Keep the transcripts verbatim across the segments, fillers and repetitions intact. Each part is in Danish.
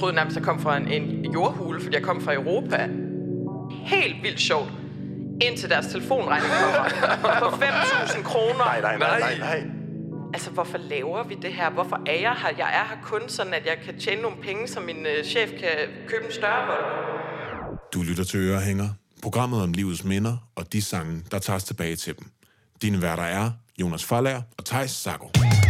troede nærmest, jeg kom fra en, en jordhule, fordi jeg kom fra Europa. Helt vildt sjovt. Indtil deres telefonregning kommer på fem tusind kroner. Nej, nej, nej, nej, nej. Altså, hvorfor laver vi det her? Hvorfor er jeg her? Jeg er her kun sådan, at jeg kan tjene nogle penge, så min øh, chef kan købe en større vold. Du lytter til Ørehænger, programmet om livets minder og de sange, der tages tilbage til dem. Dine værter er Jonas Farlager og Theis Sago.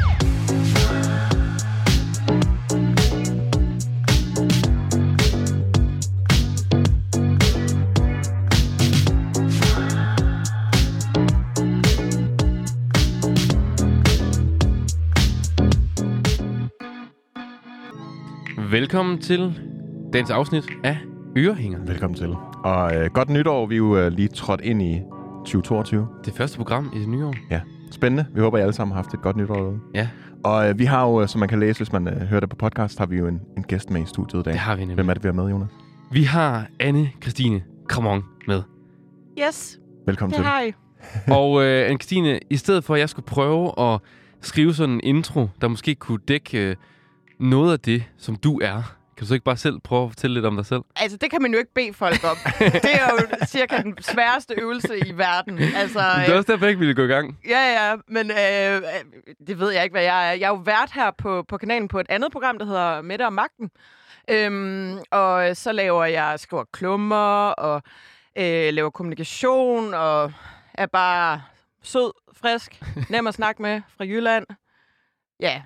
Velkommen til dagens afsnit af Ørehænger. Velkommen til. Og øh, godt nytår, vi er jo øh, lige trådt ind i tyve toogtyve. Det første program i det nye år. Ja, spændende. Vi håber, I alle sammen har haft et godt nytår derude. Ja. Og øh, vi har jo, som man kan læse, hvis man øh, hører det på podcast, har vi jo en, en gæst med i studiet i dag. Det har vi nemlig. Hvem er det, vi har med, Jonas? Vi har Anne-Christine Kramon med. Yes, Velkommen det til. har I. Og øh, Anne-Christine, i stedet for, at jeg skulle prøve at skrive sådan en intro, der måske kunne dække øh, noget af det, som du er, kan du så ikke bare selv prøve at fortælle lidt om dig selv? Altså, det kan man jo ikke bede folk om. Det er jo cirka den sværeste øvelse i verden. Altså, Det er også derfor, jeg ikke ville gå i gang. Ja, ja, men øh, det ved jeg ikke, hvad jeg er. Jeg er jo vært her på, på kanalen på et andet program, der hedder Mette og Magten. Øhm, og så laver jeg, skriver klummer og øh, laver kommunikation og er bare sød, frisk, nem at snakke med fra Jylland. Ja.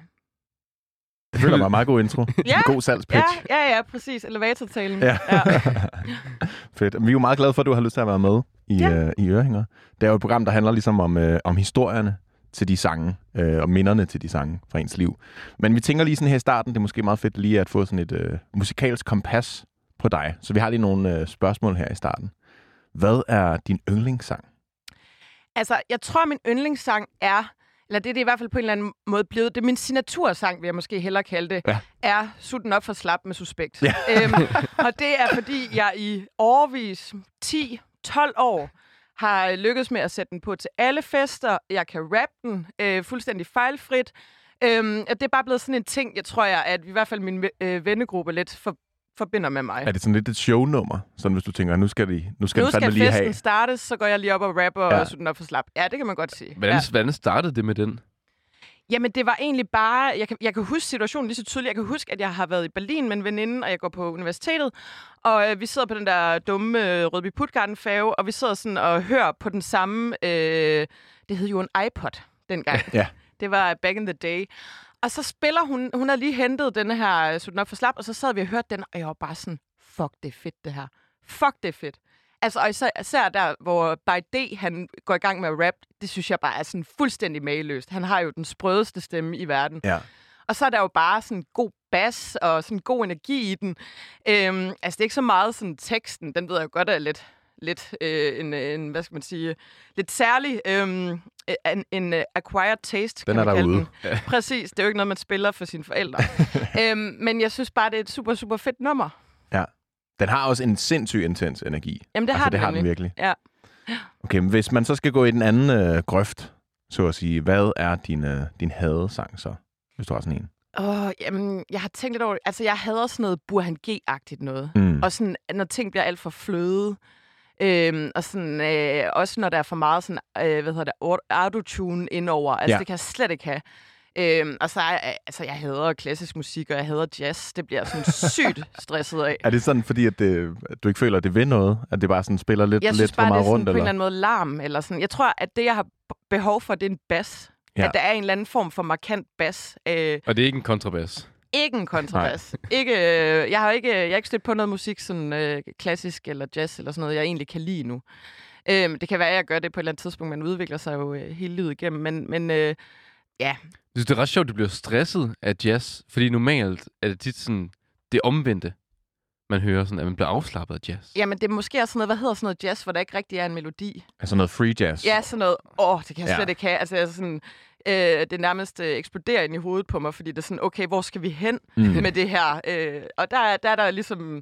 Jeg føler mig en meget god intro. Ja. En god salgspitch. Ja, ja, ja, præcis. Elevatortalen. Ja. Ja. Fedt. Vi er jo meget glade for, at du har lyst til at være med i, Ja. øh, i Ørehænger. Det er jo et program, der handler ligesom om, øh, om historierne til de sange, øh, og minderne til de sange fra ens liv. Men vi tænker lige sådan her i starten, det er måske meget fedt lige at få sådan et øh, musikalsk kompas på dig. Så vi har lige nogle øh, spørgsmål her i starten. Hvad er din yndlingssang? Altså, jeg tror, min yndlingssang er, eller det er det i hvert fald på en eller anden måde blevet, det er min signatursang, vil jeg måske hellere kalde det, Ja. er Sutten op for slap med Suspekt. Ja. Øhm, og det er, fordi jeg i årevis, ti tolv år, har lykkedes med at sætte den på til alle fester. Jeg kan rappe den øh, fuldstændig fejlfrit. Øhm, og det er bare blevet sådan en ting, jeg tror, jeg, at i hvert fald min øh, vennegruppe lidt for, forbinder med mig. Er det sådan lidt et shownummer? Sådan hvis du tænker, nu skal, de, nu skal Nu den fandme skal lige festen have. startes, så går jeg lige op og rapper Ja. og Sutten op for slap. Ja, det kan man godt sige. Hvordan, Ja. hvordan startede det med den? Jamen, det var egentlig bare... Jeg kan, jeg kan huske situationen lige så tydeligt. Jeg kan huske, at jeg har været i Berlin med en veninde, og jeg går på universitetet. Og øh, vi sidder på den der dumme øh, Rødby Puttgarden-færge, og vi sidder sådan og hører på den samme... Øh, det hed jo en iPod dengang. Ja. Det var back in the day. Og så spiller hun... Hun har lige hentet den her Sutten op for slap, og så sad vi og hørte den, og jeg var bare sådan... Fuck, det er fedt, det her. Fuck, det er fedt. Altså, og især, især der, hvor By D, han går i gang med at rap, det synes jeg bare er sådan fuldstændig mageløst. Han har jo den sprødeste stemme i verden. Ja. Og så er der jo bare sådan god bas og sådan god energi i den. Øhm, altså, det er ikke så meget sådan teksten. Den ved jeg jo godt er lidt, lidt øh, en, en, hvad skal man sige, lidt særlig. Øhm, en, en uh, acquired taste, Den kan er man kalde derude. den. Ja. Præcis. Det er jo ikke noget, man spiller for sine forældre. øhm, men jeg synes bare, det er et super, super fedt nummer. Ja. Den har også en sindssygt intens energi. Jamen, det altså, har det den har den nemlig. virkelig. Ja. Okay, men hvis man så skal gå i den anden øh, grøft, så at sige, hvad er din, øh, din hadesang så, hvis du har sådan en? Åh, jamen, jeg har tænkt lidt over det. Altså, jeg hader sådan noget Burhan G-agtigt noget. Mm. Og sådan, når ting bliver alt for fløde. Øhm, og sådan, øh, også når der er for meget sådan, øh, hvad hedder det, autotune indover. Altså, Ja. det kan jeg slet ikke have. Øhm, og så er jeg, altså, jeg hader klassisk musik, og jeg hader jazz. Det bliver jeg sådan sygt stresset af. Er det sådan, fordi at, det, at du ikke føler, at det vil noget? At det bare sådan spiller lidt, Jeg synes lidt bare, for det er meget sådan rundt? på en Eller? eller anden måde larm. Eller sådan. Jeg tror, at det, jeg har behov for, det er en bas. Ja. At der er en eller anden form for markant bas. Øh, Og det er ikke en kontrabas. Ikke en kontrabas. Ikke, øh, jeg har ikke, jeg har ikke stødt på noget musik, sådan øh, klassisk eller jazz eller sådan noget, jeg egentlig kan lide nu. Øh, det kan være, at jeg gør det på et eller andet tidspunkt, man udvikler sig jo øh, hele livet igennem, men, men øh, ja. Jeg synes, det er ret sjovt, at du bliver stresset af jazz, fordi normalt er det tit sådan det omvendte, man hører, sådan, at man bliver afslappet af jazz. Jamen, det er måske også sådan noget, hvad hedder sådan noget jazz, hvor der ikke rigtig er en melodi. Altså noget free jazz? Ja, sådan noget, åh, det kan jeg Ja. slet ikke have. Altså, jeg er sådan, øh, det nærmest øh, eksploderer ind i hovedet på mig, fordi det er sådan, okay, hvor skal vi hen Mm. med det her? Øh, og der, er- der er der ligesom,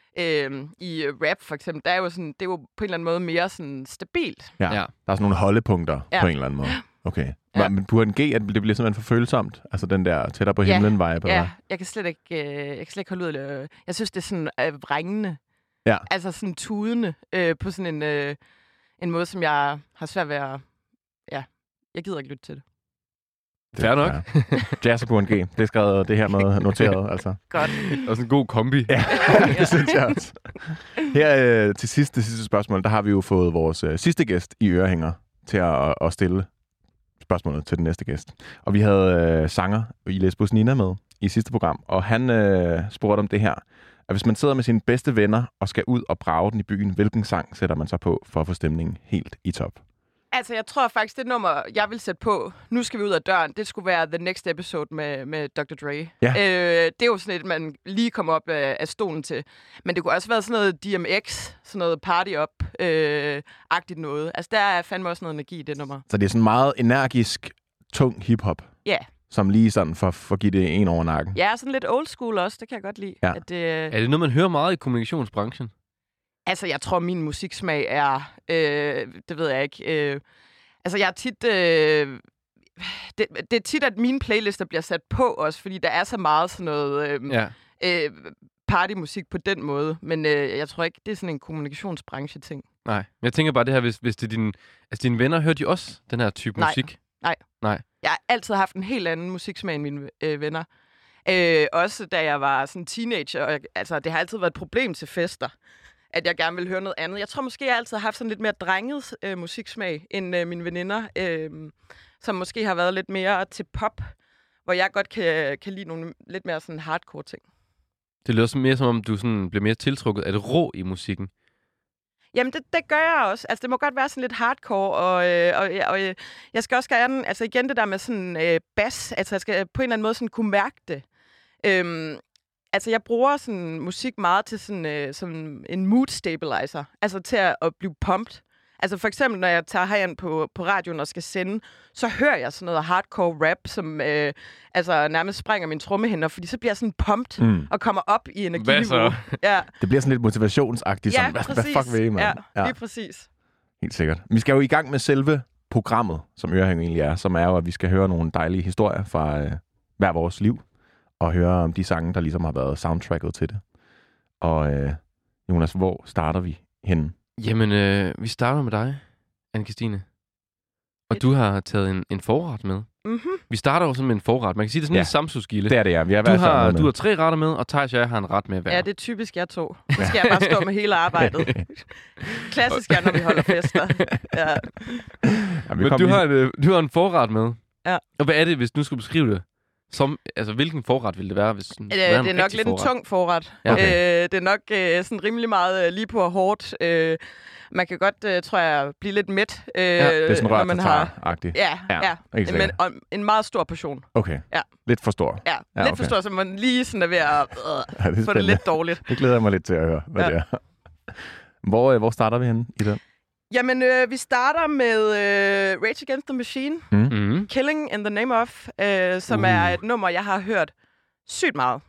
øh, i rap for eksempel, der er jo sådan, det er jo på en eller anden måde mere sådan stabilt. Ja. Ja. Der er sådan nogle holdepunkter Ja. på en eller anden måde. Okay. Ja. Ja. Men Burhan G, at det bliver simpelthen for følsomt? Altså den der tættere på himlen vibe? Ja, eller? jeg kan slet ikke, øh, jeg kan slet ikke holde ud af det. Jeg synes, det er sådan øh, vrængende. Ja. Altså sådan tudende øh, på sådan en, øh, en måde, som jeg har svært ved at... Ja, jeg gider ikke lytte til det. Fair nok. Ja. Jazz og Burhan G. Det er skrevet det her med noteret, altså. Godt. Og sådan en god kombi. Ja, det synes jeg også. Her øh, til sidst, det sidste spørgsmål, der har vi jo fået vores øh, sidste gæst i Ørehænger til at, at stille spørgsmålet til den næste gæst. Og vi havde øh, sanger i Lesbos Nina med i sidste program, og han øh, spurgte om det her, at hvis man sidder med sine bedste venner og skal ud og brage den i byen, hvilken sang sætter man så på for at få stemningen helt i top? Altså, jeg tror faktisk, det nummer, jeg vil sætte på, nu skal vi ud af døren, det skulle være The Next Episode med, med doktor Dre. Ja. Øh, det er jo sådan et, man lige kommer op af, af stolen til. Men det kunne også være sådan noget D M X, sådan noget party-up-agtigt øh, noget. Altså, der er fandme også noget energi i det nummer. Så det er sådan meget energisk, tung hiphop, Ja. som lige sådan for, for at give det en over nakken. Ja, sådan lidt old school også, det kan jeg godt lide. Ja. At det, Er det noget, man hører meget i kommunikationsbranchen? Altså, jeg tror, min musiksmag er... Øh, det ved jeg ikke. Øh, altså, jeg er tit... Øh, det, det er tit, at mine playlister bliver sat på også, fordi der er så meget sådan noget øh, Ja. øh, partymusik på den måde. Men øh, jeg tror ikke, det er sådan en kommunikationsbranche-ting. Nej. Men jeg tænker bare det her, hvis, hvis det er dine... Altså, dine venner, hører de også den her type Nej. musik? Nej. Nej. Jeg har altid haft en helt anden musiksmag end mine øh, venner. Øh, også da jeg var sådan teenager. Og jeg, altså, det har altid været et problem til fester, at jeg gerne vil høre noget andet. Jeg tror måske, jeg altid har haft sådan lidt mere drenget øh, musiksmag end øh, mine veninder, øh, som måske har været lidt mere til pop, hvor jeg godt kan, kan lide nogle lidt mere sådan hardcore ting. Det lyder sådan mere som om, du sådan bliver mere tiltrukket af det rå i musikken. Jamen, det, det gør jeg også. Altså, det må godt være sådan lidt hardcore, og, øh, og, og øh, jeg skal også gerne, altså igen det der med sådan øh, bass, altså jeg skal på en eller anden måde sådan kunne mærke det. Øhm, altså, jeg bruger sådan musik meget til sådan, øh, sådan en mood stabilizer, altså til at, at blive pumped. Altså for eksempel, når jeg tager herind på, på radioen og skal sende, så hører jeg sådan noget hardcore rap, som øh, altså nærmest sprænger mine trommehænder, fordi så bliver jeg sådan pumped mm. og kommer op i energiniveau. Hvad så? Ja. Det bliver sådan lidt motivationsagtigt. Ja, sådan, hvad, præcis. hvad fuck vil I, mand? Ja, lige præcis. Helt sikkert. Vi skal jo i gang med selve programmet, som Ørehænger egentlig er, som er jo, at vi skal høre nogle dejlige historier fra øh, hver vores liv, og høre om de sange, der ligesom har været soundtracket til det. Og øh, Jonas, hvor starter vi henne? Jamen, øh, vi starter med dig, Anne-Kristine. Og du har taget en, en forret med. Mm-hmm. Vi starter jo sådan med en forret. Man kan sige, det er sådan Ja. en samsuskilde. Det er det, ja. Vi har Du været har, med. du har tre retter med, og Thijs og jeg har en ret med hver. Ja, det er typisk jeg to. Så skal jeg bare stå med hele arbejdet. Klassisk er, når vi holder fester. Ja. Ja, vi Men kom du lige- har, en, øh, du har en forret med. Ja. Og hvad er det, hvis du skulle beskrive det? Som, altså, hvilken forret ville det være? Hvis den Øh, skulle være det er nok lidt en forret? tung forret. Ja, Okay. okay. Øh, det er nok øh, sådan rimelig meget øh, lige på og hårdt. Øh, man kan godt, øh, tror jeg, blive lidt mæt, øh, Det er sådan når rørt man for har... tar-agtigt. Ja, Ja, ja. helt Men sikkert. og, en meget stor portion. Okay. Ja. Lidt for stor. Ja, Ja, ja lidt okay. for stor, så man lige sådan er ved at øh, Ja, det er få det spændende. lidt dårligt. Det glæder jeg mig lidt til at høre, hvad Ja. det er. Hvor, øh, hvor starter vi henne i den? Jamen, øh, vi starter med øh, Rage Against the Machine. Mm. Killing in the Name of, øh, som Uh. er et nummer, jeg har hørt sygt meget.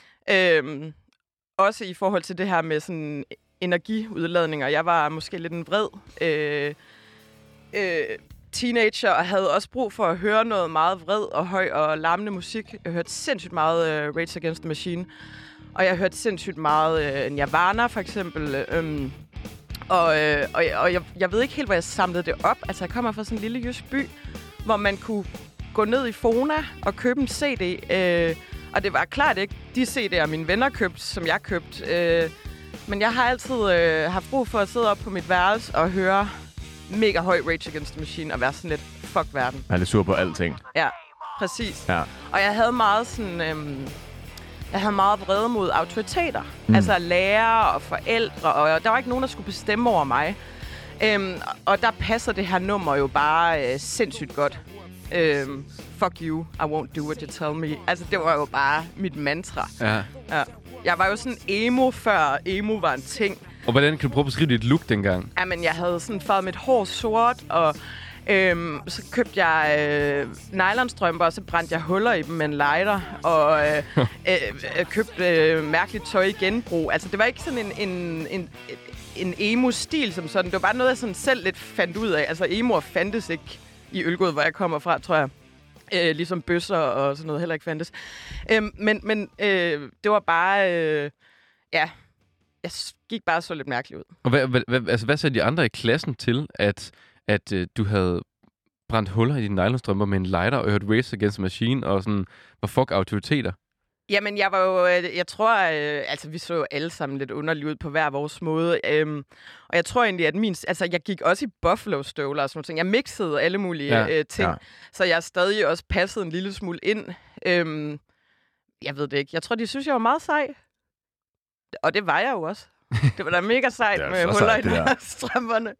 Øhm, også i forhold til det her med sådan energiudladninger. Jeg var måske lidt en vred øh, øh, teenager, og havde også brug for at høre noget meget vred og høj og larmende musik. Jeg hørte sindssygt meget øh, Rage Against the Machine. Og jeg hørte sindssygt meget øh, Nirvana, for eksempel. Øh, og øh, og, og jeg, jeg ved ikke helt, hvor jeg samlede det op. Altså, jeg kommer fra sådan en lille jysk by, hvor man kunne gå ned i Fona og købe en C D. Øh, og det var klart ikke de C D'er, mine venner købte, som jeg købte. Øh, men jeg har altid øh, haft brug for at sidde op på mit værelse og høre mega høj Rage Against the Machine og være sådan lidt, fuck verden. Jeg er lidt sur på alting. Ja, præcis. Ja. Og jeg havde meget sådan... Øhm, jeg havde meget vrede mod autoriteter. Mm. Altså lærere og forældre, og der var ikke nogen, der skulle bestemme over mig. Øhm, og der passer det her nummer jo bare øh, sindssygt godt. Øhm, fuck you, I won't do what you tell me. Altså, det var jo bare mit mantra. Ja. Ja. Jeg var jo sådan emo, før emo var en ting. Og hvordan kan du prøve at beskrive dit look dengang? Jamen, jeg havde sådan farvet mit hår sort, og øhm, så købte jeg øh, nylonstrømper, og så brændte jeg huller i dem med en lighter, og øh, øh, købte øh, mærkeligt tøj i genbrug. Altså, det var ikke sådan en, en, en, en emo-stil som sådan. Det var bare noget, jeg sådan selv lidt fandt ud af. Altså, emo fandtes ikke i Ølgod, hvor jeg kommer fra, tror jeg. Øh, ligesom bøsser og sådan noget heller ikke fandtes. Øh, men men øh, det var bare... Øh, ja, jeg gik bare så lidt mærkeligt ud. Og hvad, hvad, hvad, altså, hvad sagde de andre i klassen til, at, at øh, du havde brændt huller i dine nylonstrømper med en lighter og hørt Rage Against the Machine og sådan, var fuck autoriteter? Jamen, jeg var jo, jeg tror, øh, altså vi så jo alle sammen lidt underligt ud på hver vores måde. Øhm, og jeg tror egentlig, at min, altså jeg gik også i Buffalo-støvler og sådan noget ting. Jeg mixede alle mulige Ja, øh, ting, ja. så jeg stadig også passede en lille smule ind. Øhm, jeg ved det ikke. Jeg tror, de synes, jeg var meget sej. Og det var jeg jo også. Det var da mega sejt Det er med så huller sejt, i det der. strømperne.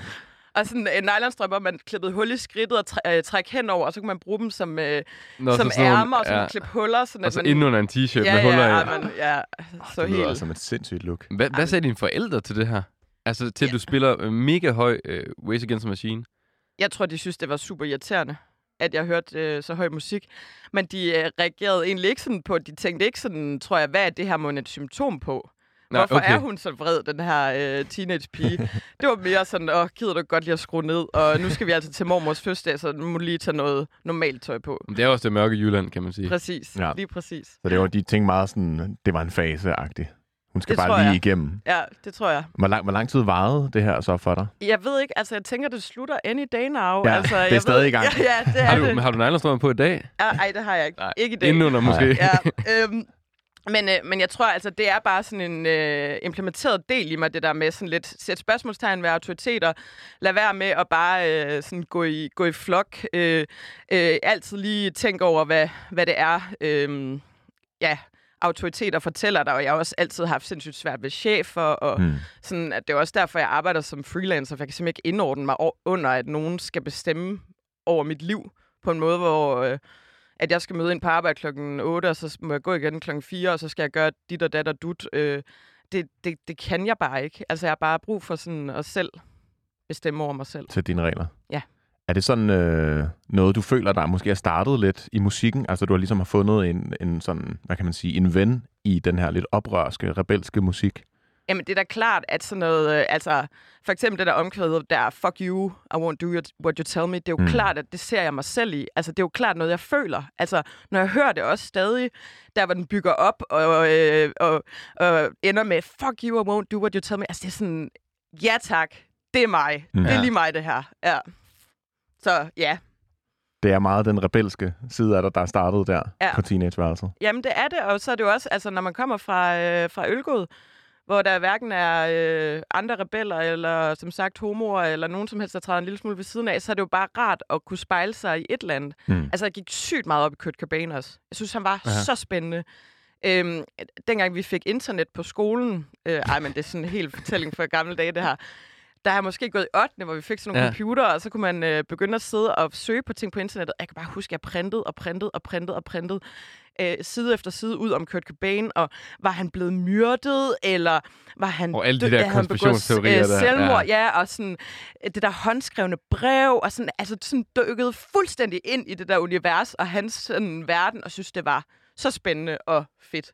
Og sådan en nylonstrømper, man klippede hul i skridtet og træ- øh, træk henover, og så kunne man bruge dem som, øh, Nå, som så sådan nogle- ærmer, og så ja. ja. klippe huller. Sådan, Og at så man... inden under en t-shirt ja, med huller ja, i. ja, man, ja, så Det lyder helt... også som et sindssygt look. Hvad, hvad sagde dine forældre til det her? Altså til, at du spiller øh, mega høj øh, Rage Against the Machine? Jeg tror, de synes, det var super irriterende, at jeg hørte øh, så høj musik. Men de øh, reagerede egentlig ikke sådan på, de tænkte ikke sådan, tror jeg, hvad er det her mon et symptom på? Nej, Hvorfor okay. er hun så vred, den her øh, teenage-pige? Det var mere sådan, åh, gider du godt lige at skrue ned? Og nu skal vi altså til mormors fødselsdag, så nu må du lige tage noget normalt tøj på. Men det er også det mørke Jylland, kan man sige. Præcis, Ja. ja. lige præcis. Så det var de ting meget sådan, det var en fase-agtig. Hun skal Det tror bare lige jeg. igennem. Ja, det tror jeg. Hvor lang, hvor lang tid varede det her så for dig? Jeg ved ikke, altså jeg tænker, det slutter any day now. Ja, altså, det er jeg stadig ved, i gang. Ja, ja, det er Har det. du, har du nylonstrømper på i dag? Ja, ej, det har jeg ikke. Nej. Ikke i dag. Indenunder måske? Ja, øhm, men, øh, men jeg tror altså, det er bare sådan en øh, implementeret del i mig, det der med sådan lidt sætte spørgsmålstegn ved autoriteter. Lad være med at bare øh, sådan gå, i, gå i flok. Øh, øh, altid lige tænke over, hvad, hvad det er, øh, ja, autoriteter fortæller dig. Og jeg har også altid haft sindssygt svært ved chefer. Og Hmm. sådan, at det er også derfor, jeg arbejder som freelancer, for jeg kan simpelthen ikke indordne mig under, at nogen skal bestemme over mit liv på en måde, hvor... Øh, at jeg skal møde ind på arbejde klokken otte, og så må jeg gå igen klokken fire, og så skal jeg gøre dit og dat og dut. Øh, det, det, det kan jeg bare ikke. Altså, jeg har bare brug for sådan at selv bestemme over mig selv. Til dine regler? Ja. Er det sådan øh, noget, du føler, der måske er startet lidt i musikken? Altså, du har ligesom har fundet en, en sådan, hvad kan man sige, en ven i den her lidt oprørske, rebelske musik? Jamen, det er da klart, at sådan noget... Øh, altså, for eksempel det der omkvæd, der fuck you, I won't do your, what you tell me. Det er jo Mm. mm. klart, at det ser jeg mig selv i. Altså, det er jo klart noget, jeg føler. Altså, når jeg hører det også stadig, der hvor den bygger op og, øh, og, og ender med fuck you, I won't do what you tell me. Altså, det er sådan, ja tak, det er mig. Mm. Det er Ja. lige mig, det her. Ja. Så ja, Det er meget den rebelske side af dig, der er startet der Ja. på teenageværelset. jamen det er det. Og så er det jo også, altså, når man kommer fra, øh, fra Ølgod, hvor der hverken er øh, andre rebeller, eller som sagt homoer, eller nogen som helst, der træder en lille smule ved siden af, så er det jo bare rart at kunne spejle sig i et eller andet. Mm. Altså, jeg gik sygt meget op i Kurt Cobain også. Jeg synes, han var Aha. så spændende. Øhm, dengang vi fik internet på skolen, øh, ej, men det er sådan en hel fortælling fra gamle dage, det her. Der har jeg måske gået i ottende, hvor vi fik sådan nogle Ja. ja. computer, og så kunne man øh, begynde at sidde og søge på ting på internettet. Jeg kan bare huske, at jeg printede og printede og printede og printede øh, side efter side ud om Kurt Cobain, og var han blevet myrdet, eller var han Og alle de død- der havde han begået, konspirationsteorier øh, der, selvmord, ja. ja, og sådan øh, det der håndskrevne brev, og sådan, altså sådan dykkede fuldstændig ind i det der univers og hans sådan, verden, og synes, det var så spændende og fedt.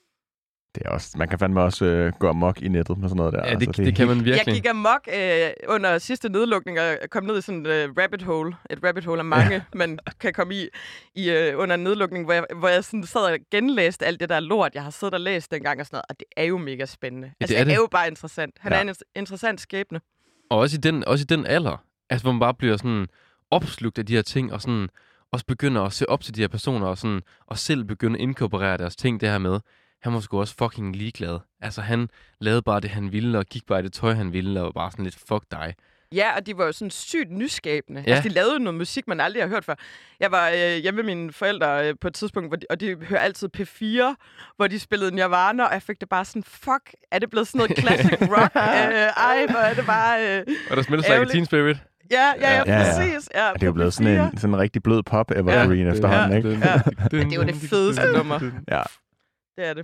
Det er også, man kan fandme også øh, gå amok i nettet med sådan noget der. Ja, det, altså, det, det kan man Jeg virkelig. gik amok øh, under sidste nedlukning og kom ned i sådan et øh, rabbit hole. Et rabbit hole af mange, ja. man kan komme i, i øh, under en nedlukning, hvor jeg, hvor jeg sådan sad og genlæste alt det der lort, jeg har siddet og læst dengang og sådan noget. Og det er jo mega spændende. det Altså, er det det. er jo bare interessant. Han Ja. er en ins- interessant skæbne. Og også i den, også i den alder. Altså, hvor man bare bliver sådan opslugt af de her ting, og sådan også begynder at se op til de her personer, og, sådan, og selv begynde at inkorporere deres ting, det her med. Han var sgu også fucking ligeglad. Altså, han lavede bare det, han ville, og gik bare i det tøj, han ville, og var bare sådan lidt, fuck dig. Ja, og de var jo sådan sygt nyskabende. Ja. Altså, de lavede noget musik, man aldrig har hørt før. Jeg var øh, hjemme med mine forældre øh, på et tidspunkt, hvor de, og de hører altid P fire, hvor de spillede Nirvana, og jeg fik det bare sådan, fuck, er det blevet sådan noget classic rock? øh, ej, hvor er det bare... Øh, Og der smelter sig Ærgerligt. Teen Spirit. ja, ja, ja, Ja, ja. præcis. Ja, Og det er jo på blevet P sådan fire. en sådan en rigtig blød pop-evergreen Ja. efterhånden, Ja. ikke? Ja. Det er jo det fedeste nummer. Ja. Det er det.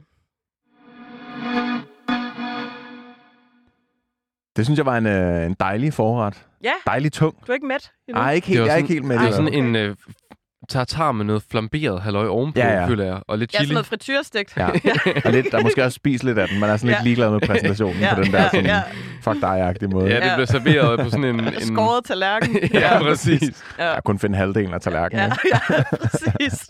Det synes jeg var en, øh, en dejlig forret. Ja, Dejlig tung. du er ikke mæt endnu. Nej, ikke helt. Det var Jeg er sådan- ikke helt med Det det. er sådan okay. en øh, tartar med noget flamberet halløj ovenpå, Ja, ja. føler jeg. Og lidt Ja, sådan chili. noget frityrestegt. Ja. Og lidt, der er måske også spist lidt af den. Man er sådan lidt Ja. ligeglad med præsentationen Ja, på den der ja, sådan, ja. fuck dig-agtige måde. Ja, det Ja. blev serveret på sådan en... en... Skåret tallerken. Ja, præcis. Ja. Jeg kun finde halvdelen af tallerkenen. Ja, ja, præcis.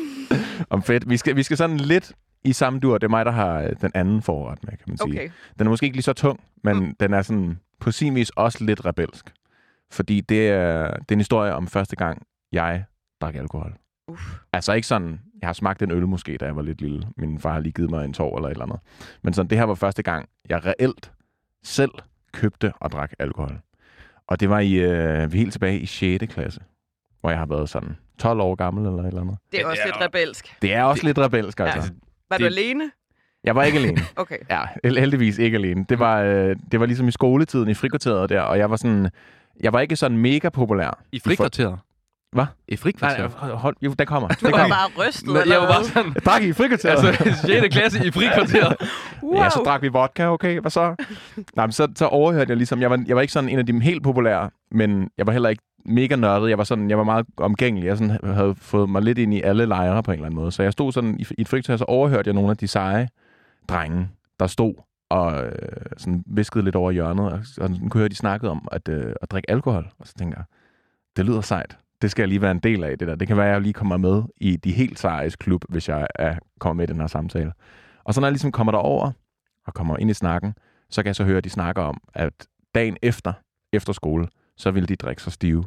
Om fedt. Vi skal, vi skal sådan lidt i samme dur. Det er mig, der har øh, den anden forret med, kan man sige. Okay. Den er måske ikke lige så tung, men Mm. mm. den er sådan på sin vis også lidt rebelsk. Fordi det er, det er en historie om første gang, jeg drak alkohol. Uff. Altså ikke sådan, jeg har smagt en øl måske, da jeg var lidt lille. Min far har lige givet mig en tår eller et eller andet. Men sådan, det her var første gang, jeg reelt selv købte og drak alkohol. Og det var i, øh, helt tilbage i sjette klasse, hvor jeg har været sådan tolv år gammel eller et eller andet. Det er også lidt rebelsk. Det er også det, lidt rebelsk, altså. Ja. Var Det- du alene? Jeg var ikke alene. Okay. Ja, held- heldigvis ikke alene. Det var, øh, det var ligesom i skoletiden i frikvarteret der, og jeg var sådan... Jeg var ikke sådan mega populær. I frikvarteret? Hvad? I frikvarteret? Nej, hold, jo, der kommer. Du Det var kommer. bare rystet, Men eller jeg var hvad? bare sådan... Jeg drak I frikvarteret. Altså, sjette klasse i frikvarteret. Wow. Ja, så drak vi vodka, okay, hvad så? Nej, men så, så overhørte jeg ligesom... Jeg var, jeg var ikke sådan en af de helt populære, men jeg var heller ikke mega nørdet. Jeg var, sådan, jeg var meget omgængelig. Jeg sådan, havde fået mig lidt ind i alle lejre på en eller anden måde. Så jeg stod sådan i, i et frikvarter, så overhørte jeg nogle af de seje drenge, der stod og øh, sådan viskede lidt over hjørnet, og, og sådan kunne høre, de snakkede om at, øh, at drikke alkohol. Og så tænkte jeg, det lyder sejt. Det skal jeg lige være en del af, det der. Det kan være, at jeg lige kommer med i de helt sejes klub, hvis jeg er kommer med i den her samtale. Og så når jeg ligesom kommer derover og kommer ind i snakken, så kan jeg så høre, at de snakker om, at dagen efter, efter skole, så vil de drikke sig stive.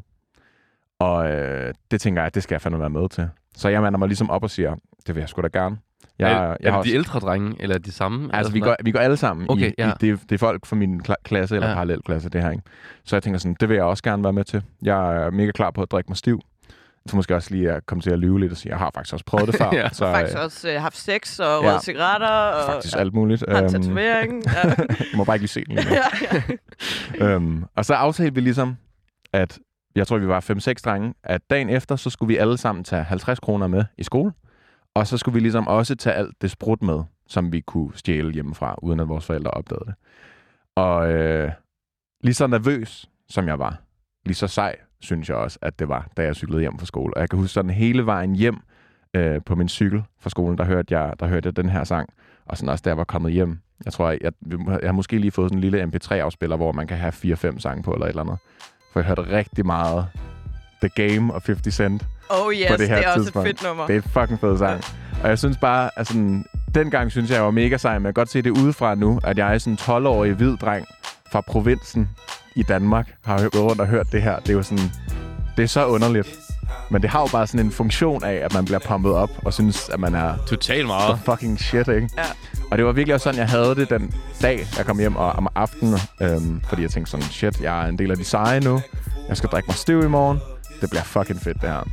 Og øh, det tænker jeg, at det skal jeg fandme være med til. Så jeg mander mig ligesom op og siger, det vil jeg sgu da gerne. Jeg, er, jeg er har det de også, ældre drenge, eller de samme? altså, vi eller går, vi går alle sammen Okay, i, ja. i det, det er folk fra min kla- klasse eller Ja. parallelklasse, det her, ikke? Så jeg tænker sådan, det vil jeg også gerne være med til. Jeg er mega klar på at drikke mig stiv. Jeg tror måske også lige at komme til at lyve lidt og sige, jeg har faktisk også prøvet det før. Ja. Så, Jeg har faktisk øh, også øh, haft sex og Ja. røget cigaretter og faktisk alt muligt. har en Øhm, tatovering. Ja. jeg må bare ikke lige se den. lige nu. Ja, ja. øhm, og så aftalte vi ligesom, at jeg tror, vi var fem seks drenge, at dagen efter, så skulle vi alle sammen tage halvtreds kroner med i skole, og så skulle vi ligesom også tage alt det sprut med, som vi kunne stjæle hjemmefra, uden at vores forældre opdagede det. Og øh, lige så nervøs, som jeg var, lige så sej, synes jeg også, at det var, da jeg cyklede hjem fra skole. Og jeg kan huske sådan hele vejen hjem øh, på min cykel fra skolen, der hørte jeg, der hørte jeg den her sang, og sådan også da jeg var kommet hjem. Jeg tror, jeg, jeg, jeg har måske lige fået sådan en lille M P tre afspiller, hvor man kan have fire fem sange på, eller et eller andet. For jeg hørte rigtig meget The Game og halvtreds Cent. Oh yes, På det her det er også tidspunkt. et fedt nummer. Det er et fucking fed sang. Og jeg synes bare, at sådan, dengang synes jeg, jeg var mega sej, men jeg kan godt se det udefra nu, at jeg er sådan en tolv-årig hvid dreng fra provinsen i Danmark, har gået rundt og hørt det her. Det er jo sådan, det er så underligt. Men det har jo bare sådan en funktion af, at man bliver pumpet op og synes, at man er Totalt the meget. fucking shit, ikke? Ja. Og det var virkelig også sådan, jeg havde det den dag, jeg kom hjem og om aftenen. Øhm, fordi jeg tænkte sådan, shit, jeg er en del af de seje nu. Jeg skal drikke mig stiv i morgen. Det bliver fucking fedt, det her.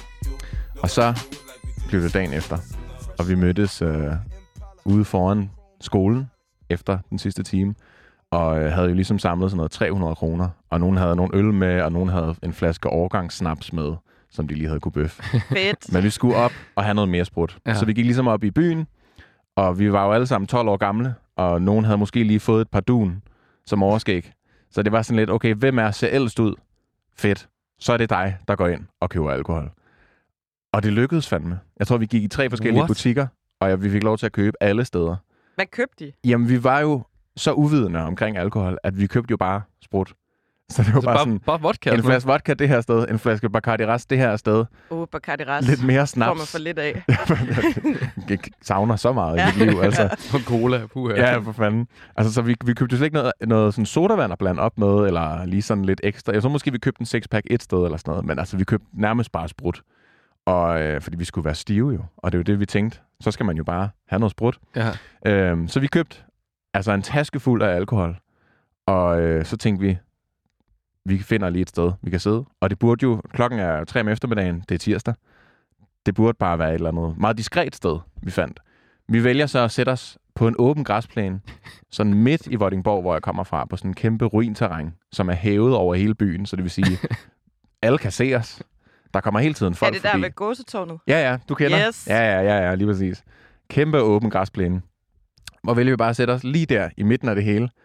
Og så blev det dagen efter. Og vi mødtes øh, ude foran skolen efter den sidste time. Og øh, havde jo ligesom samlet sådan noget tre hundrede kroner. Og nogen havde nogle øl med, og nogen havde en flaske årgangssnaps med, som de lige havde kunne bøffe. Fedt. Men vi skulle op og have noget mere sprut. Ja. Ja. Så vi gik ligesom op i byen, og vi var jo alle sammen tolv år gamle, og nogen havde måske lige fået et par dun som overskæg. Så det var sådan lidt, okay, hvem er ser ældst ud? Fedt. Så er det dig, der går ind og køber alkohol. Og det lykkedes fandme. Jeg tror, vi gik i tre forskellige What? butikker, og jeg, vi fik lov til at købe alle steder. Hvad købte de? Jamen, vi var jo så uvidende omkring alkohol, at vi købte jo bare sprut. Så det var Så bare, bare, sådan, bare vodka. en flaske vodka det her sted, en flaske Bacardi Ras det her sted, Oh, Bacardi Ras. lidt mere Får man snaps. for lidt af. Jeg savner så meget Ja. i mit liv, altså. Og cola. Puha. Ja, for fanden. Altså, så vi, vi købte slet ikke noget, noget sådan sodavand at blande op med, eller lige sådan lidt ekstra. Jeg tror måske, vi købte en six-pack et sted, eller sådan noget, men altså, vi købte nærmest bare sprut. Og, øh, fordi vi skulle være stive jo, og det er jo det, vi tænkte. Så skal man jo bare have noget sprut. Ja. Øhm, så vi købte altså en taske fuld af alkohol, og øh, så tænkte vi, vi finder lige et sted, vi kan sidde. Og det burde jo, klokken er tre om eftermiddagen, det er tirsdag. Det burde bare være et eller andet meget diskret sted, vi fandt. Vi vælger så at sætte os på en åben græsplæne, sådan midt i Vordingborg, hvor jeg kommer fra, på sådan en kæmpe ruinterræn, som er hævet over hele byen, så det vil sige, alle kan se os. Der kommer hele tiden Er folk det der forbi. ved gåsetårnet? Ja, ja, du kender. Yes. Ja, ja, ja, ja, lige præcis. Kæmpe åben græsplæne. Hvor vælger vi bare at sætte os lige der i midten af det hele.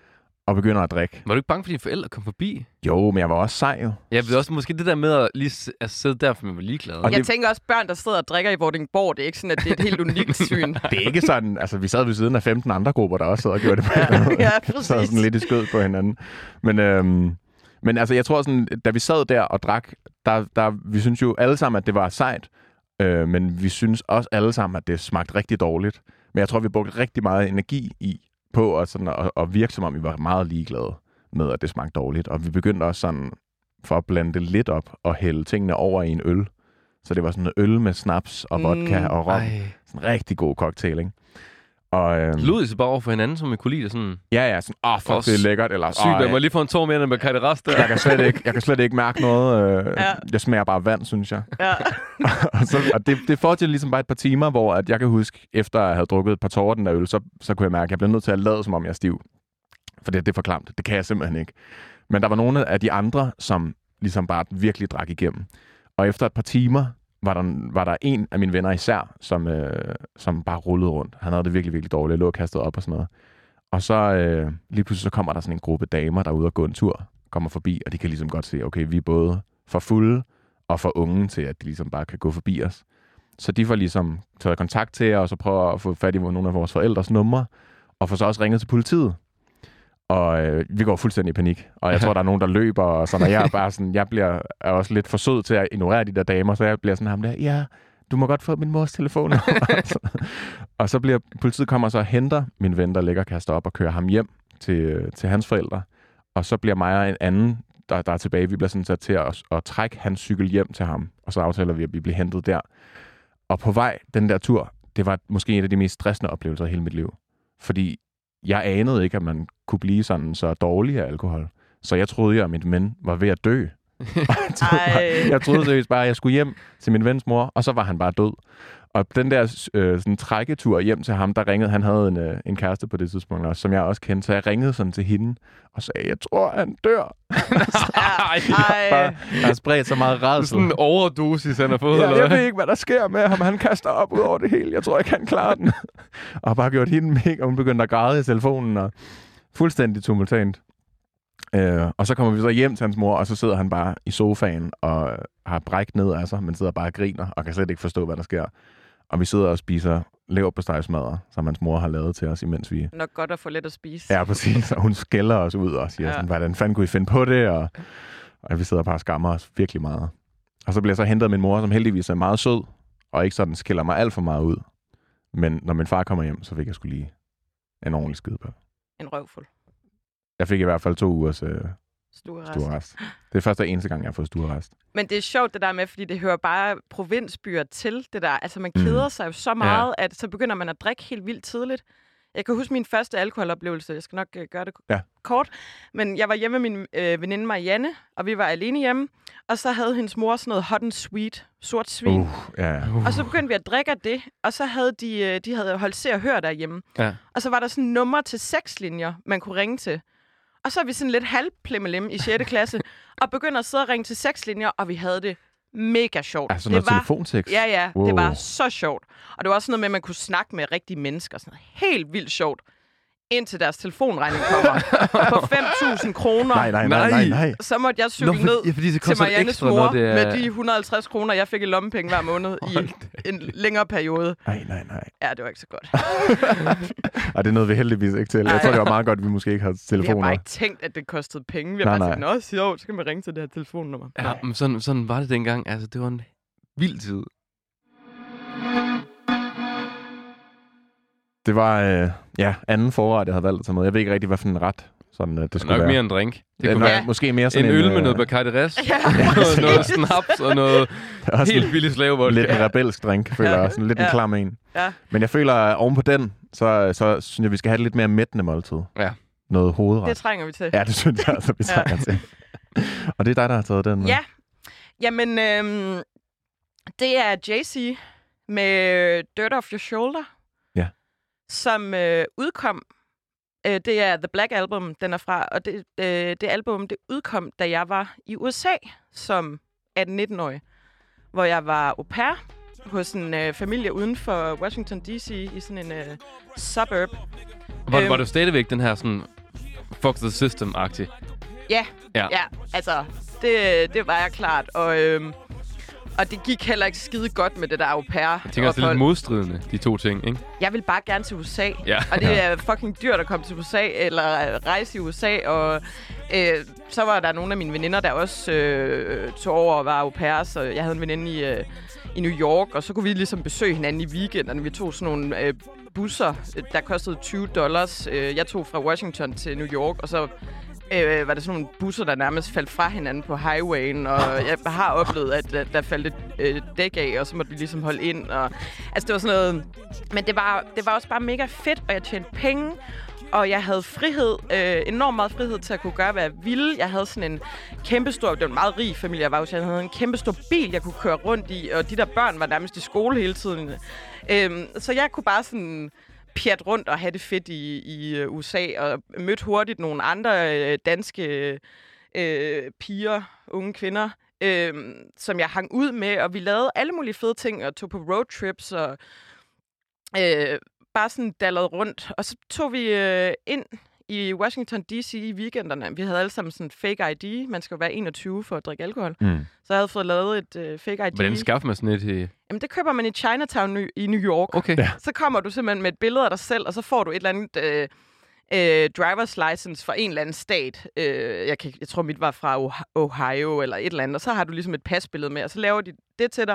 og begynder at drikke. Var du ikke bange for, at dine forældre kom forbi? Jo, men jeg var også sej jo. Ja, det er også måske det der med at lige s- at sidde der, for man var ligeglad. Og Jeg det- tænker også, børn, der sidder og drikker i Vordingborg, det er ikke sådan, at det er et helt unikt syn. Det er ikke sådan, altså vi sad ved siden af femten andre grupper, der også sad og gjorde det på Ja, ja, så præcis. sådan lidt i skød på hinanden. Men, øhm, men altså, jeg tror sådan, da vi sad der og drak, der, der, vi synes jo alle sammen, at det var sejt, øh, men vi synes også alle sammen, at det smagte rigtig dårligt. Men jeg tror, vi brugte rigtig meget energi i på at, sådan, at, at virke, som om vi var meget ligeglade med, at det smagte dårligt. Og vi begyndte også sådan, for at blande det lidt op og hælde tingene over i en øl. Så det var sådan en øl med snaps og vodka Mm. og rom. Ej. Sådan en rigtig god cocktail, ikke? Og, øhm, Lød I så bare over for hinanden, som I kunne lide det sådan? ja, ja, sådan, åh, oh, fuck, Også det er lækkert. Eller, Sygt, "Åh, jeg må lige få en tår mere end med Kajte Rast der. jeg, kan slet ikke, jeg kan slet ikke mærke noget. Øh, Ja. Jeg smager bare vand, synes jeg. Ja. og så, og det, det fortsatte ligesom bare et par timer, hvor at jeg kan huske, efter jeg havde drukket et par tårer den der øl, så, så kunne jeg mærke, at jeg blev nødt til at lade, som om jeg er stiv. For det, det er for klamt. Det kan jeg simpelthen ikke. Men der var nogle af de andre, som ligesom bare virkelig drak igennem. Og efter et par timer var der, var der en af mine venner især, som, øh, som bare rullede rundt. Han havde det virkelig, virkelig dårligt. Jeg lå kastet op og sådan noget. Og så øh, lige pludselig så kommer der sådan en gruppe damer, der er ude og gå en tur, kommer forbi, og de kan ligesom godt se, okay, vi er både for fulde og for unge til, at de ligesom bare kan gå forbi os. Så de får ligesom taget kontakt til os og prøver at få fat i nogle af vores forældres numre, og får så også ringet til politiet. Og øh, vi går fuldstændig i panik. Og jeg tror, der er nogen, der løber, og sådan, og jeg er bare sådan, jeg bliver er også lidt for sød til at ignorere de der damer, så jeg bliver sådan ham der, ja, du må godt få min mors telefon. Og så bliver politiet kommer så og henter min ven, der ligger og kaster op og kører ham hjem til, til hans forældre. Og så bliver mig og en anden, der, der er tilbage, vi bliver sådan sat til at, at trække hans cykel hjem til ham. Og så aftaler vi, at vi bliver hentet der. Og på vej, den der tur, det var måske en af de mest stressende oplevelser i hele mit liv. Fordi jeg anede ikke, at man kunne blive sådan så dårlig af alkohol. Så jeg troede, at min ven var ved at dø. jeg, troede bare, jeg troede seriøst bare, at jeg skulle hjem til min vens mor, og så var han bare død. Og den der øh, sådan, trækketur hjem til ham, der ringede, han havde en, øh, en kæreste på det tidspunkt også, som jeg også kendte, så jeg ringede sådan til hende og sagde, jeg tror, han dør. Ej. Bare, der har spredt så meget rædsel. Sådan en overdosis, han har fået, Ja, eller jeg hvad? ved ikke, hvad der sker med ham. Han kaster op ud over det hele. Jeg tror ikke, han klarer den. Og har bare gjort hende mega. Hun begyndte at græde i telefonen, og fuldstændig tumultant. Øh, og så kommer vi så hjem til hans mor, og så sidder han bare i sofaen og har brækket ned af sig, men sidder bare og griner, og kan slet ikke forstå, hvad der sker. Og vi sidder og spiser leverpostejsmadder, som hans mor har lavet til os, imens vi... Nok godt at få lidt at spise. Ja, præcis. Og hun skælder os ud og siger Ja. sådan, hvordan fanden kunne I finde på det? Og, og vi sidder bare og skammer os virkelig meget. Og så bliver jeg så hentet af min mor, som heldigvis er meget sød, og ikke sådan skælder mig alt for meget ud. Men når min far kommer hjem, så fik jeg skulle lige en ordentlig skide på. En røvfuld. Jeg fik i hvert fald to ugers øh, Stuerrest. stuerrest. Det er første og eneste gang, jeg har fået stuerrest. Men det er sjovt det der med, fordi det hører bare provinsbyer til, det der. Altså man keder Mm. sig jo så meget, ja. At så begynder man at drikke helt vildt tidligt. Jeg kan huske min første alkoholoplevelse. Jeg skal nok øh, gøre det Ja. kort. Men jeg var hjemme med min øh, veninde Marianne, og vi var alene hjemme. Og så havde hendes mor sådan noget hot and sweet, sort svin. Uh, ja, ja. Og så begyndte vi at drikke af det, og så havde de, øh, de havde holdt Se og Hør derhjemme. Ja. Og så var der sådan nummer til seks linjer, man kunne ringe til. Og så er vi sådan lidt halvplemmelim i sjette klasse, og begynder at sidde og ringe til seks linjer, og vi havde det mega sjovt. Altså noget det var, telefonsex? Ja, ja, Wow. det var så sjovt. Og det var også noget med, at man kunne snakke med rigtige mennesker. Sådan noget helt vildt sjovt. Indtil deres telefonregning kommer på fem tusind kroner. Nej, nej, nej, nej, nej. Så måtte jeg cykle Nå, for- ned ja, fordi det til koster Mariannes ekstra, mor når det er- med de et hundrede og halvtreds kroner, jeg fik i lommepenge hver måned i en længere periode. Nej, nej, nej. Ja, det var ikke så godt. Og det nåede vi heldigvis ikke til. Jeg Ej. tror, det var meget godt, at vi måske ikke havde Vi har telefoner. bare ikke tænkt, at det kostede penge. Vi har Nej, bare nej. tænkt, nå, jo, så kan man ringe til det her telefonnummer. Ja, men sådan, sådan var det dengang. Altså, det var en vild tid. Det var, øh, ja, anden forret, jeg havde valgt at tage med. Jeg ved ikke rigtig, hvad for en ret sådan, øh, det Det skulle nok være. mere en drink. Det Det kunne nok, være måske mere en sådan øl øh, med noget Bacardi Res, Ja. noget, noget snaps og noget også helt billigt slavevold. lidt en rebelsk drink, føler jeg. Sådan lidt en Ja. klam en. Ja. Men jeg føler, at oven på den, så, så synes jeg, vi skal have det lidt mere mættende måltid. Ja. Noget hovedret. Det trænger vi til. Ja, det synes jeg altså, vi Ja. trænger til. Og det er dig, der har taget den med. Ja. Jamen, øhm, det er Jay-Z med Dirt Off Your Shoulder. Ja. Som øh, udkom. Øh, det er The Black Album, den er fra. Og det, øh, det album, det udkom, da jeg var i U S A som atten-nitten-årig. Hvor jeg var au pair hos en øh, familie uden for Washington D C i sådan en øh, suburb. Var, Øhm. var det stadigvæk den her sådan Fuck the system-agtigt. Ja, Ja. ja, altså, det, det var jeg klart. Og, øhm, og det gik heller ikke skide godt med det der au pair. Jeg tænker også, det er lidt modstridende, de to ting, ikke? Jeg vil bare gerne til U S A. Ja. Og det er fucking dyrt at komme til U S A, eller rejse i U S A. Og øh, så var der nogle af mine veninder, der også øh, tog over og var au pair. Så jeg havde en veninde i, øh, i New York, og så kunne vi ligesom besøge hinanden i weekenden. Vi tog sådan nogle øh, busser, der kostede tyve dollars. Jeg tog fra Washington til New York, og så øh, var der sådan nogle busser, der nærmest faldt fra hinanden på highwayen, og jeg har oplevet, at der, der faldt et øh, dæk af, og så måtte vi ligesom holde ind. Og, altså, det var sådan noget... Men det var, det var også bare mega fedt, og jeg tjente penge, og jeg havde frihed, øh, enormt meget frihed til at kunne gøre, hvad jeg ville. Jeg havde sådan en kæmpestor... Det var en meget rig familie, jeg var hos. Jeg havde en kæmpestor bil, jeg kunne køre rundt i, og de der børn var nærmest i skole hele tiden. Øh, så jeg kunne bare sådan... pjat rundt og have det fedt i, i U S A, og mødte hurtigt nogle andre øh, danske øh, piger, unge kvinder, øh, som jeg hang ud med, og vi lavede alle mulige fede ting, og tog på roadtrips, og øh, bare sådan dallede rundt. Og så tog vi øh, ind i Washington D C i weekenderne. Vi havde alle sammen sådan fake I D. Man skal jo være enogtyve for at drikke alkohol. Mm. Så jeg havde fået lavet et øh, fake I D. Hvordan skaffer man sådan et? I... Jamen, det køber man i Chinatown i New York. Okay. Ja. Så kommer du simpelthen med et billede af dig selv, og så får du et eller andet øh, øh, driver's license fra en eller anden stat. Øh, jeg, kan, jeg tror, mit var fra Ohio eller et eller andet. Og så har du ligesom et pasbillede med, og så laver de det til dig.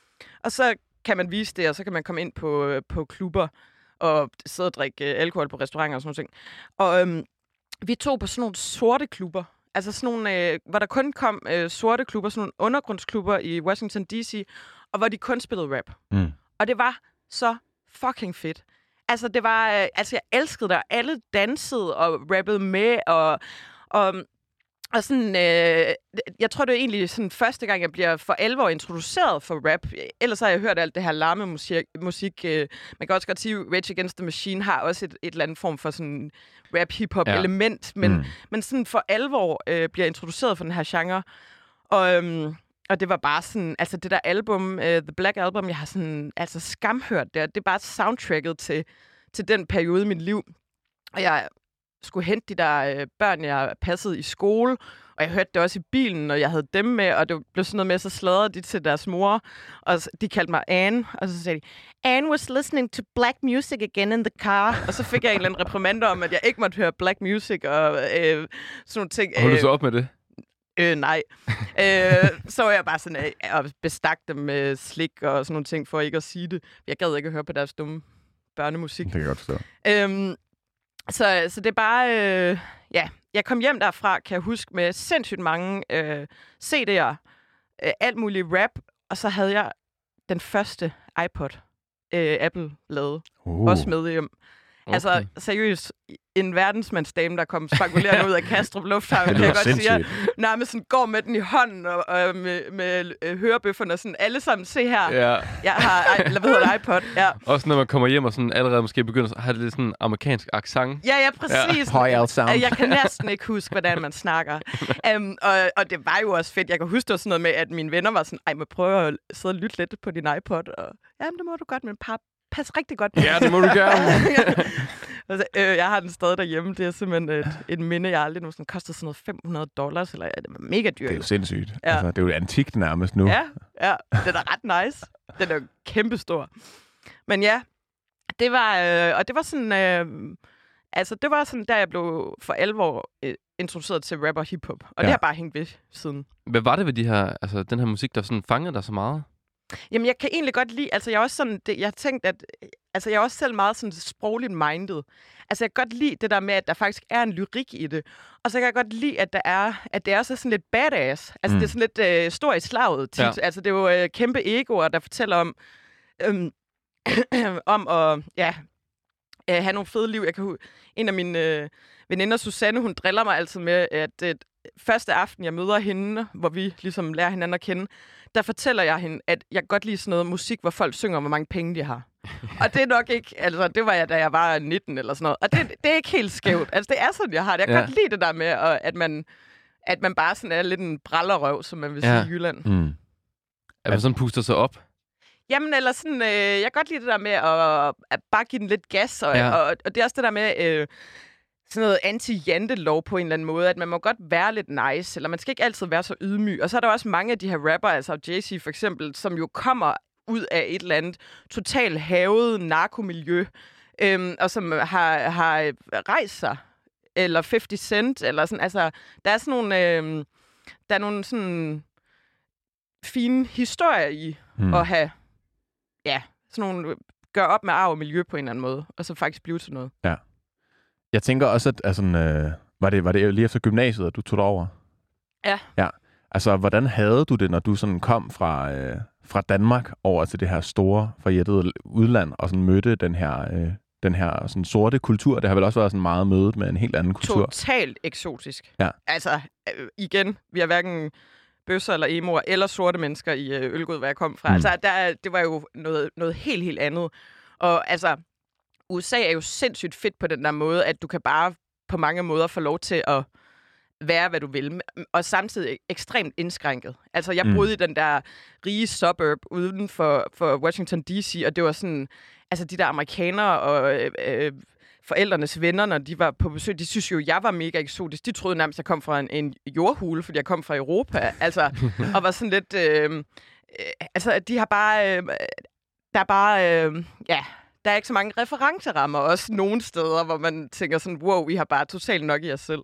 Og så kan man vise det, og så kan man komme ind på, på klubber og sidde og drikke øh, alkohol på restauranter og sådan noget. Og øhm, vi tog på sådan nogle sorte klubber. Altså sådan nogle, øh, hvor der kun kom øh, sorte klubber, sådan nogle undergrundsklubber i Washington D C, og hvor de kun spillede rap. Mm. Og det var så fucking fedt. Altså, det var... Øh, altså, jeg elskede det, og alle dansede og rappede med, og... og Og sådan, øh, jeg tror, det er egentlig sådan første gang, jeg bliver for alvor introduceret for rap. Ellers har jeg hørt alt det her larme musik. musik øh, man kan også godt sige, at Rage Against the Machine har også et, et eller andet form for sådan rap-hip-hop-element. Ja. Men, mm. men sådan for alvor øh, bliver introduceret for den her genre. Og, øhm, og det var bare sådan, altså det der album, øh, The Black Album, jeg har sådan, altså skamhørt det. Det er bare soundtracket til, til den periode i mit liv. Og jeg skulle hente de der øh, børn, jeg passede i skole, og jeg hørte det også i bilen, og jeg havde dem med, og det blev sådan noget med, så sladrede de til deres mor, og de kaldte mig Anne, og så sagde de, Anne was listening to black music again in the car, og så fik jeg en eller anden reprimande om, at jeg ikke måtte høre black music, og øh, sådan nogle ting. Holdt du så op med det? Øh, nej. øh, så var jeg bare sådan, øh, og bestak dem med slik og sådan nogle ting, for ikke at sige det. Jeg gad ikke at høre på deres dumme børnemusik. Det kan jeg godt forstå. Øhm, Så, så det er bare... Øh, ja, jeg kom hjem derfra, kan jeg huske, med sindssygt mange øh, C D'er, øh, alt muligt rap, og så havde jeg den første iPod, øh, Apple lavede, uh. også med hjem. Okay. Altså, seriøst, en verdensmandsdame, der kom spangulerende ud af Kastrup Lufthavn, kan jeg godt sige, at nærmest sådan går med den i hånden, og, og med, med øh, hørebøfferne, og sådan alle sammen, se her, ja. Jeg har, eller hvad hedder det, iPod, ja. Også når man kommer hjem og sådan allerede måske begynder at have det lidt sådan amerikansk accent. Ja, ja, præcis. Ja. Jeg kan næsten ikke huske, hvordan man snakker. um, og, og det var jo også fedt. Jeg kan huske, det var sådan noget med, at mine venner var sådan, ej, må prøve at sidde og lytte lidt på din iPod, og jamen, det må du godt, men par pas rigtig godt på. Ja, det må du gerne. altså, øh, jeg har den stadig derhjemme. Det er simpelthen et, et minde, jeg aldrig nogensinde kostede sådan noget fem hundrede dollars, eller det var mega dyrt. Det er jo sindssygt. Ja. Altså, det er jo antikt nærmest nu. Ja, ja, den er ret nice. Den er jo kæmpestor. Men ja, det var, øh, og det var sådan, øh, altså det var sådan, der jeg blev for alvor øh, introduceret til rap og hiphop. Og ja. Det har bare hængt ved siden. Hvad var det ved de her, altså den her musik, der sådan fangede dig så meget? Jamen, jeg kan egentlig godt lide, altså jeg er også sådan, det, jeg har tænkt, at, altså jeg er også selv meget sådan sprogligt minded. Altså jeg kan godt lide det der med, at der faktisk er en lyrik i det. Og så kan jeg godt lide, at der er, at det er også sådan lidt badass. Altså mm. det er sådan lidt øh, stor i slaget tit. Ja. Altså det er jo øh, kæmpe egoer, der fortæller om, øhm, om at, ja, øh, have nogle fede liv. Jeg kan en af mine øh, veninder, Susanne, hun driller mig altid med, at øh, første aften, jeg møder hende, hvor vi ligesom lærer hinanden at kende, der fortæller jeg hende, at jeg godt lide sådan noget musik, hvor folk synger, hvor mange penge de har. Og det er nok ikke, altså det var jeg, da jeg var nitten eller sådan noget. Og det, det er ikke helt skævt. Altså det er sådan, jeg har det. Jeg kan ja. godt lide det der med, at man, at man bare sådan er lidt en brallerøv, som man vil ja. sige i Jylland. Mm. At man sådan puster sig op? Jamen, eller sådan, øh, jeg kan godt lide det der med at, at bare give den lidt gas. Og, ja. og, og det er også det der med... Øh, sådan noget anti-jantelov på en eller anden måde, at man må godt være lidt nice, eller man skal ikke altid være så ydmyg. Og så er der også mange af de her rapper, altså Jay-Z for eksempel, som jo kommer ud af et eller andet totalt havet narkomiljø, øhm, og som har, har rejst sig, eller halvtreds Cent, eller sådan, altså, der er sådan nogle, øhm, der er nogle sådan fine historier i mm. at have, ja, sådan nogle, gøre op med arv og miljø på en eller anden måde, og så faktisk blive til noget. Ja. Jeg tænker også, at altså, øh, var, det, var det lige efter gymnasiet, at du tog over? Ja. Ja. Altså, hvordan havde du det, når du sådan kom fra, øh, fra Danmark over til det her store, forjættede udland, og sådan mødte den her, øh, den her sådan sorte kultur? Det har vel også været sådan meget mødet med en helt anden kultur. Totalt eksotisk. Ja. Altså, øh, igen, vi har hverken bøsser eller emoer eller sorte mennesker i øh, Ølgod, hvor jeg kom fra. Mm. Altså, der, det var jo noget, noget helt, helt andet. Og altså, U S A er jo sindssygt fedt på den der måde, at du kan bare på mange måder få lov til at være, hvad du vil, og samtidig ekstremt indskrænket. Altså, jeg boede mm. i den der rige suburb uden for, for Washington D C, og det var sådan, altså de der amerikanere og øh, øh, forældrenes venner, når de var på besøg, de synes jo, jeg var mega eksotisk. De troede nærmest, jeg kom fra en, en jordhule, fordi jeg kom fra Europa. Altså, og var sådan lidt, øh, øh, altså, de har bare, øh, der er bare, øh, ja, der er ikke så mange referencerammer, også nogle steder, hvor man tænker sådan, wow, I har bare totalt nok i jer selv.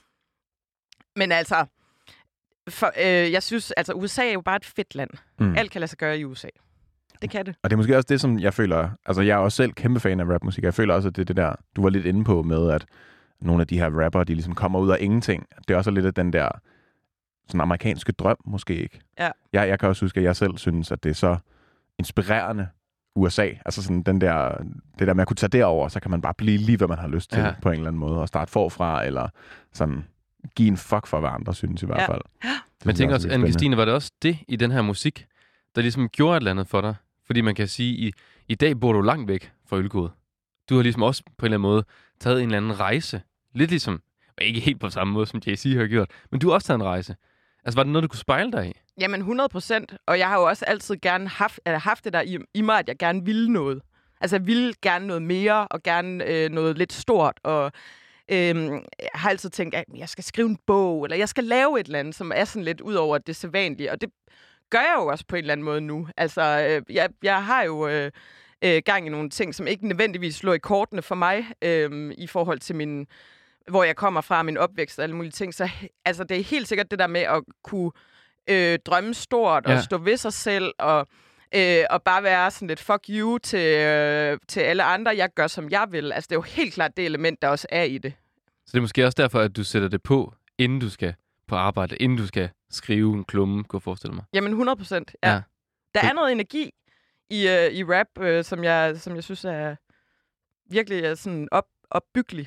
Men altså, for, øh, jeg synes, altså U S A er jo bare et fedt land. Mm. Alt kan lade sig gøre i U S A. Det kan det. Og det er måske også det, som jeg føler, altså jeg er også selv kæmpe fan af rapmusik. Jeg føler også, at det er det der, du var lidt inde på med, at nogle af de her rapper, de ligesom kommer ud af ingenting. Det er også lidt af den der sådan amerikanske drøm, måske ikke. Ja. Jeg, jeg kan også huske, at jeg selv synes, at det er så inspirerende U S A. Altså sådan den der, det der med at kunne tage derover, så kan man bare blive lige, hvad man har lyst til ja. på en eller anden måde, og starte forfra, eller sådan give en fuck for, hvad andre synes i hvert fald. Ja. Det Men tænker også, Anne-Kristine, var det også det i den her musik, der ligesom gjorde et eller andet for dig? Fordi man kan sige, i, i dag bor du langt væk fra Ølgod. Du har ligesom også på en eller anden måde taget en eller anden rejse. Lidt ligesom, ikke helt på samme måde, som Jay-Z har gjort, men du har også taget en rejse. Altså, var det noget, du kunne spejle dig i? Jamen, hundrede procent. Og jeg har jo også altid gerne haft, eller haft det der i, i mig, at jeg gerne ville noget. Altså, jeg ville gerne noget mere, og gerne øh, noget lidt stort, og øh, jeg har altid tænkt, at jeg skal skrive en bog, eller jeg skal lave et eller andet, som er sådan lidt ud over det sædvanlige, og det gør jeg jo også på en eller anden måde nu. Altså, øh, jeg, jeg har jo øh, øh, gang i nogle ting, som ikke nødvendigvis slår i kortene for mig, øh, i forhold til min, hvor jeg kommer fra, min opvækst og alle mulige ting. Så altså, det er helt sikkert det der med at kunne øh, drømme stort, og ja. stå ved sig selv, og, øh, og bare være sådan lidt fuck you til, øh, til alle andre. Jeg gør, som jeg vil. Altså, det er jo helt klart det element, der også er i det. Så det er måske også derfor, at du sætter det på, inden du skal på arbejde, inden du skal skrive en klumme, kunne jeg forestille mig. Jamen, hundrede procent, ja. ja. Der er noget energi i, øh, i rap, øh, som, jeg, som jeg synes er virkelig er sådan op, opbyggelig.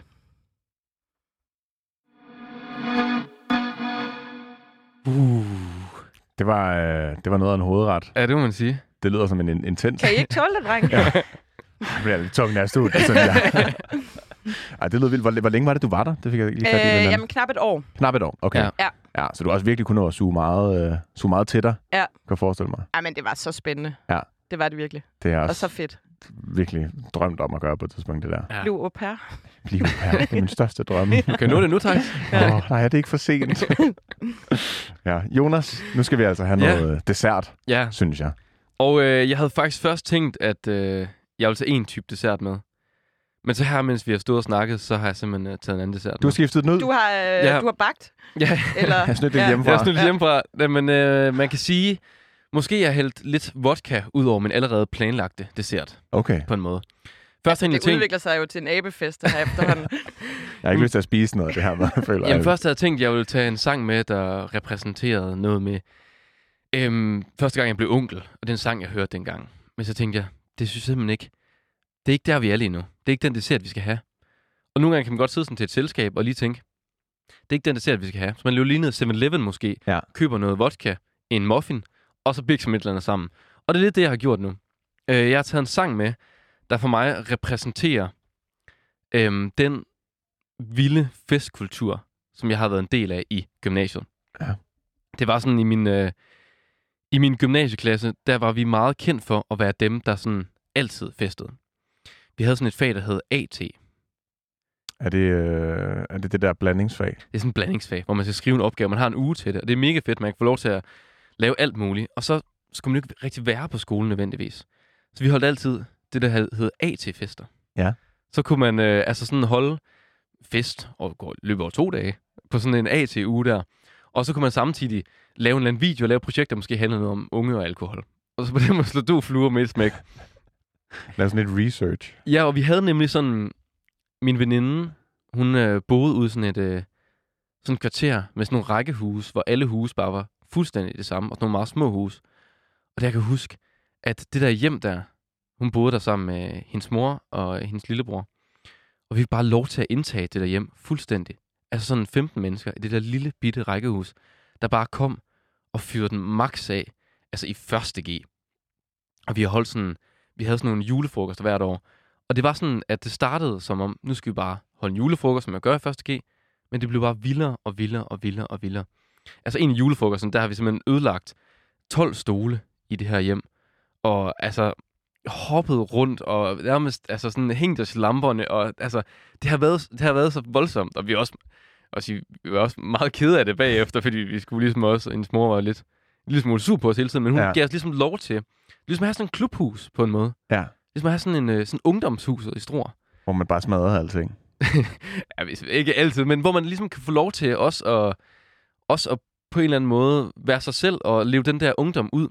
Uh. Det var, øh, det var noget af en hovedret. Ja, det må man sige. Det lyder som en, en intens. Kan I ikke tåle det, dreng? Ja. Jeg bliver lidt tung næste ud. Altså, ja. Ej, det lød vildt. Hvor, hvor længe var det, du var der? Det fik jeg ikke lige fat i. Øh, jamen, knap et år. Knap et år, okay. Ja. ja. Ja, så du også virkelig kunne nå at suge meget, øh, suge meget til dig, ja. kan jeg forestille mig. Ej, men det var så spændende. Ja. Det var det virkelig. Det er også og så fedt. Virkelig drømt om at gøre på et tidspunkt, det der. Ja. Bliv au pair. Bliv au pair. Det er min største drømme. Du kan nå det nu, tak. Ja. Oh, nej, det er ikke for sent. Ja, Jonas, nu skal vi altså have noget ja. dessert, ja. synes jeg. Og øh, jeg havde faktisk først tænkt, at øh, jeg ville tage en type dessert med. Men så her, mens vi har stået og snakket, så har jeg simpelthen uh, taget en anden dessert med. Du har skiftet den ud? Du har, øh, ja. du har bagt? Ja. Eller? Jeg har snydt det ja. hjemmefra. Jeg har snydt det hjemmefra. Ja, men øh, man kan sige, måske jeg har hældt lidt vodka ud over min allerede planlagte dessert. Okay. På en måde. Først ja, det tænkt, udvikler sig jo til en abefest her efterhånden. Jeg har ikke lyst til at spise noget af det her, med, jeg føler. Jamen først havde jeg tænkt, at jeg ville tage en sang med, der repræsenterede noget med... Øhm, første gang jeg blev onkel, og det er en sang, jeg hørte dengang. Men så tænkte jeg, det synes jeg simpelthen ikke... Det er ikke der, vi er lige nu. Det er ikke den dessert, vi skal have. Og nogle gange kan man godt sidde sådan til et selskab og lige tænke, det er ikke den dessert, vi skal have. Så man løber lige ned til seven eleven måske, ja. køber noget vodka, en muffin, og så bikser man et eller andet sammen. Og det er lidt det, jeg har gjort nu. Øh, jeg har taget en sang med, der for mig repræsenterer øhm, den vilde festkultur, som jeg har været en del af i gymnasiet. Ja. Det var sådan i min, øh, i min gymnasieklasse, der var vi meget kendt for at være dem, der sådan altid festede. Vi havde sådan et fag, der hed A T. Er det, øh, er det det der blandingsfag? Det er sådan en blandingsfag, hvor man skal skrive en opgave. Man har en uge til det, og det er mega fedt. Man kan få lov til at lave alt muligt. Og så skulle man jo ikke rigtig være på skolen nødvendigvis. Så vi holdt altid det, der hed A T-fester. Ja. Så kunne man øh, altså sådan holde fest og gå løbe over to dage på sådan en A T-uge der. Og så kunne man samtidig lave en eller anden video og lave projekter, der måske handler noget om unge og alkohol. Og så på den måde slå du fluer med et smæk. Lave sådan lidt research. Ja, og vi havde nemlig sådan... Min veninde, hun øh, boede ude i sådan et øh, sådan et kvarter med sådan nogle rækkehuse, hvor alle huse bare var fuldstændig det samme, og sådan nogle meget små huse. Og der kan jeg huske, at det der hjem der, hun boede der sammen med hendes mor og hendes lillebror. Og vi fik bare lov til at indtage det der hjem fuldstændig. Altså sådan femten mennesker i det der lille bitte rækkehus, der bare kom og fyrede den max af, altså i første G. Og vi har holdt sådan, vi havde sådan nogle julefrokoster hvert år. Og det var sådan, at det startede som om, nu skal vi bare holde en julefrokost, som jeg gør i første G. Men det blev bare vildere og vildere og vildere og vildere. Altså en af julefrokosten, der har vi simpelthen ødelagt tolv stole i det her hjem. Og altså hoppet rundt og nærmest altså sådan hængt os i lamperne. Og altså, det har været, det har været så voldsomt. Og vi er også, også, vi var også meget kede af det bagefter, fordi vi skulle ligesom også, hendes mor var lidt, lidt smule sur på os hele tiden. Men hun ja. gav os ligesom lov til, ligesom at have sådan en klubhus på en måde. Ja. Ligesom at have sådan en sådan ungdomshuset i Struer. Hvor man bare smadrer alting. Ja, ikke altid, men hvor man ligesom kan få lov til også at, også at på en eller anden måde være sig selv og leve den der ungdom ud.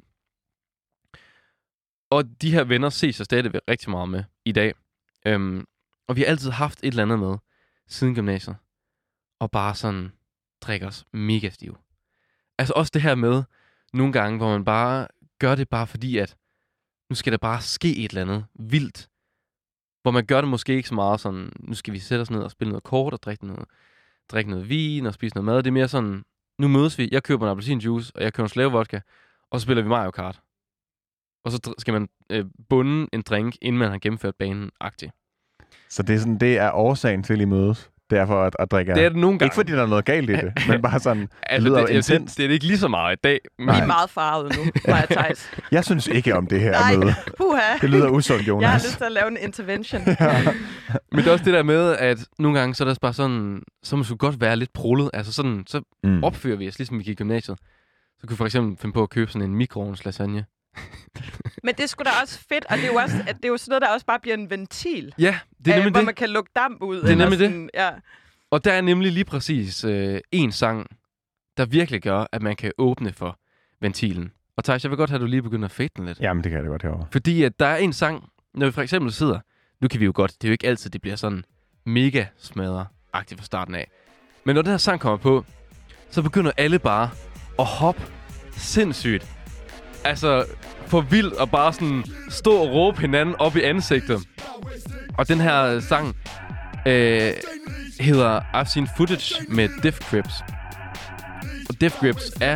Og de her venner ses jeg stadigvæk rigtig meget med i dag. Øhm, og vi har altid haft et eller andet med siden gymnasiet. Og bare sådan drikker os mega stiv. Altså også det her med nogle gange, hvor man bare gør det bare fordi, at nu skal der bare ske et eller andet vildt. Hvor man gør det måske ikke så meget sådan, nu skal vi sætte os ned og spille noget kort og drikke noget, drikke noget vin og spise noget mad. Det er mere sådan, nu mødes vi, jeg køber en appelsinjuice, og jeg køber en slavevodka, og så spiller vi Mario Kart. Og så skal man øh, bunde en drink, inden man har gennemført banen-agtigt. Så det er, sådan, det er årsagen til, at I mødes? Derfor at, at drikke... Det er det nogle gange. Ikke fordi der er noget galt i det, men bare sådan, altså, det lyder det, intens. Det, det er det ikke lige så meget i dag. Vi er meget farvede nu, Maja Theis. Jeg synes ikke om det her Nej, møde. Puha. Det lyder usundt, Jonas. Jeg har lyst til at lave en intervention. Ja. Men det er også det der med, at nogle gange, så er der bare sådan, så må det godt være lidt prullet. Altså sådan, så mm. opfører vi os, ligesom vi gik i gymnasiet. Så kunne vi for eksempel finde på at købe sådan en mikroovns lasagne. Men det er sgu da også fedt, og det er jo, også, at det er jo sådan noget, der også bare bliver en ventil. Ja, det er nemlig øh, hvor det. man kan lukke damp ud. Det er nemlig sådan, det. Ja. Og der er nemlig lige præcis øh, en sang, der virkelig gør, at man kan åbne for ventilen. Og Theis, jeg vil godt have, at du lige begynder at fade den lidt. Jamen, det kan jeg da godt herovre. Fordi at der er en sang, når vi for eksempel sidder, nu kan vi jo godt, det er jo ikke altid, det bliver sådan mega smadret-agtigt fra starten af. Men når den her sang kommer på, så begynder alle bare at hoppe sindssygt. Altså, for vildt at bare sådan stå og råbe hinanden op i ansigtet. Og den her sang øh, hedder I've Seen Footage med Death Grips. Og Death Grips er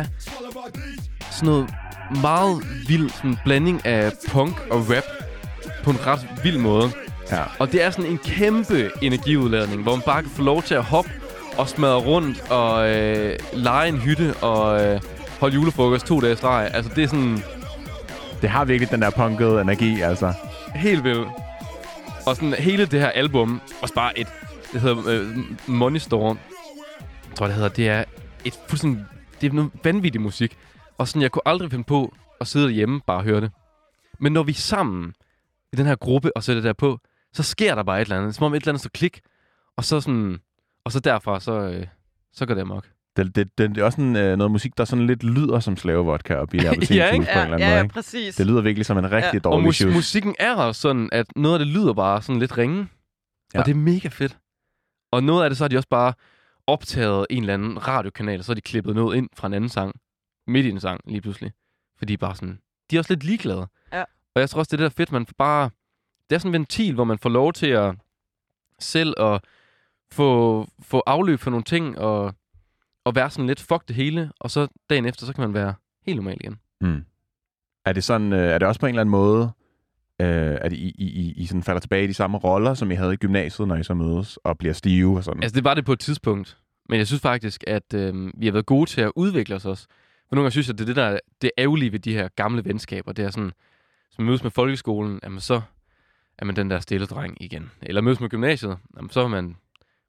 sådan noget meget vild sådan blanding af punk og rap på en ret vild måde. Ja. Og det er sådan en kæmpe energiudladning, hvor man bare kan få lov til at hoppe og smadre rundt og øh, lege en hytte og øh, holde julefrokost to dage i streg. Altså det er sådan... Det har virkelig den der punkede energi, altså. Helt vildt. Og sådan hele det her album, også bare et, det hedder øh, Money Store, jeg tror det hedder, det er et fuldstændig, det er noget vanvittig musik. Og sådan, jeg kunne aldrig finde på at sidde derhjemme bare og høre det. Men når vi er sammen i den her gruppe og sætter det der på, så sker der bare et eller andet. Som om et eller andet så klik, og så sådan, og så derfra, så, øh, så går det amok. Det, det, det er også sådan, øh, noget musik, der sådan lidt lyder som slavevodka og billig appelsinjuice ja, på en eller anden ja, måde. ja, Ikke? præcis. Det lyder virkelig som en rigtig Ja. dårlig Og mus- juice. musikken er også sådan, at noget af det lyder bare sådan lidt ringe. Ja. Og det er mega fedt. Og noget af det, så har de også bare optaget en eller anden radiokanal, og så har de klippet noget ind fra en anden sang. Midt i en sang, lige pludselig. Fordi bare sådan, de er også lidt ligeglade. Ja. Og jeg tror også, det er det der fedt, man får bare... Det er sådan en ventil, hvor man får lov til at selv at få, få afløb for nogle ting, og, og være sådan lidt fuck det hele, og så dagen efter, så kan man være helt normal igen. Mm. Er det sådan, øh, er det også på en eller anden måde, øh, at I, I, I, I sådan falder tilbage i de samme roller, som I havde i gymnasiet, når I så mødes og bliver stive og sådan? Altså, det var det på et tidspunkt. Men jeg synes faktisk, at øh, vi har været gode til at udvikle os også. For nogle gange synes jeg, at det er det, der det ærgerlige ved de her gamle venskaber. Det er sådan, hvis man mødes med folkeskolen, jamen så er man den der stille dreng igen. Eller mødes med gymnasiet, jamen så er man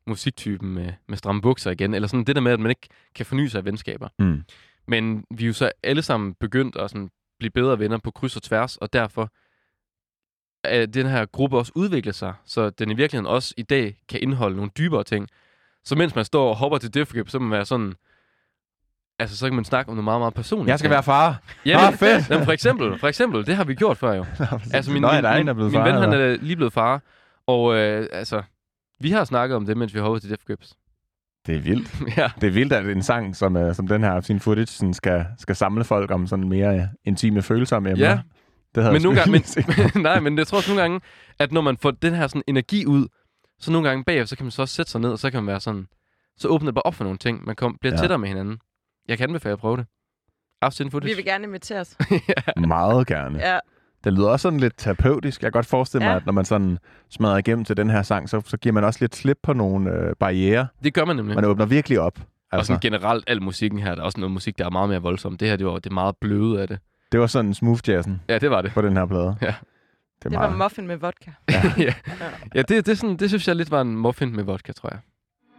musiktypen med, med stramme bukser igen, eller sådan det der med, at man ikke kan forny sig af venskaber. Mm. Men vi er jo så alle sammen begyndt at sådan blive bedre venner på kryds og tværs, og derfor er den her gruppe også udviklet sig, så den i virkeligheden også i dag kan indeholde nogle dybere ting. Så mens man står og hopper til Def Grip, så må man være sådan... Altså, så kan man snakke om noget meget, meget personligt. Jeg skal være far. Jamen, ah, fedt. Jamen, for eksempel, for eksempel, det har vi gjort før jo. Altså, min, Nå, min, der er en, min, der er blevet min far, ven, han eller? er lige blevet far, og øh, altså, vi har snakket om det, mens vi hoppede til Def Grips. Det er vildt. Ja. Det er vildt, at en sang, som, uh, som den her, sin footage, sådan skal, skal samle folk om sådan mere uh, intime følelser med Ja. Det havde Men nogle gange, men, men, nej, men jeg tror også nogle gange, at når man får den her sådan energi ud, så nogle gange bagefter, så kan man så også sætte sig ned, og så kan man være sådan, så åbner det bare op for nogle ting. Man kom, bliver Ja. tættere med hinanden. Jeg kan anbefale at prøve det. Afsend footage. Vi vil gerne invitere os. meget gerne. Ja. Det lyder også sådan lidt terapeutisk. Jeg kan godt forestille mig, Ja. at når man sådan smadrer igennem til den her sang, så, så giver man også lidt slip på nogle øh, barrierer. Det gør man nemlig. Man åbner virkelig op. Og Altså, sådan generelt, al musikken her, der er også noget musik, der er meget mere voldsomt. Det her, det var det meget bløde af det. det var sådan smooth jazzen Ja, det var det. på den her plade. Ja. Det, er Det var muffin med vodka. ja, ja det, det, er sådan, det synes jeg lidt var en muffin med vodka, tror jeg.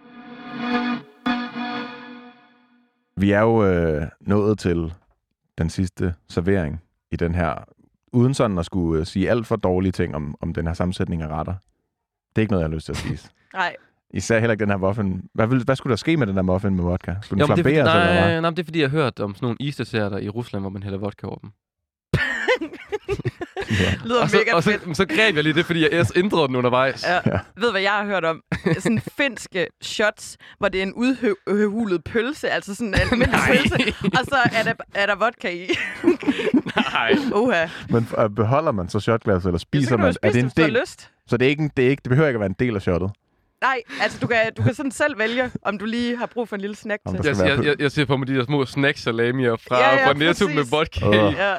Vi er jo øh, nået til den sidste servering i den her, uden sådan at skulle øh, sige alt for dårlige ting om, om den her sammensætning af retter. Det er ikke noget, jeg har lyst til at spise. Nej. Især heller ikke den her muffin. Hvad, vil, hvad skulle der ske med den der muffin med vodka? Skulle den Jo, men det er, flamberes, fordi, eller hvad? nej, nej, det er fordi, jeg har hørt om sådan nogle isdesserter i Rusland, hvor man hælder vodka over dem. Ja. Lyder Og så, mega og så, fedt. så greb jeg lige det, fordi jeg ændrede den undervejs. Ja. Ja. Ved du, hvad jeg har hørt om? Sådan finske shots, hvor det er en udhulet pølse, altså sådan en almindelig Nej. pølse, og så er der, er der vodka i. Nej. Uha. Men øh, beholder man så shotglasset, eller Så spiser kan du jo man? spise Er det en det, hvis du har del? lyst. Så det, er ikke en, det, er ikke, det behøver ikke at være en del af shotet? Nej, altså du kan, du kan sådan selv vælge, om du lige har brug for en lille snack Om til. der Jeg, skal være jeg, jeg, jeg ser på mig de der små snack-salamier fra, Ja, ja, fra Netto præcis. med vodka Åh. i. Ja,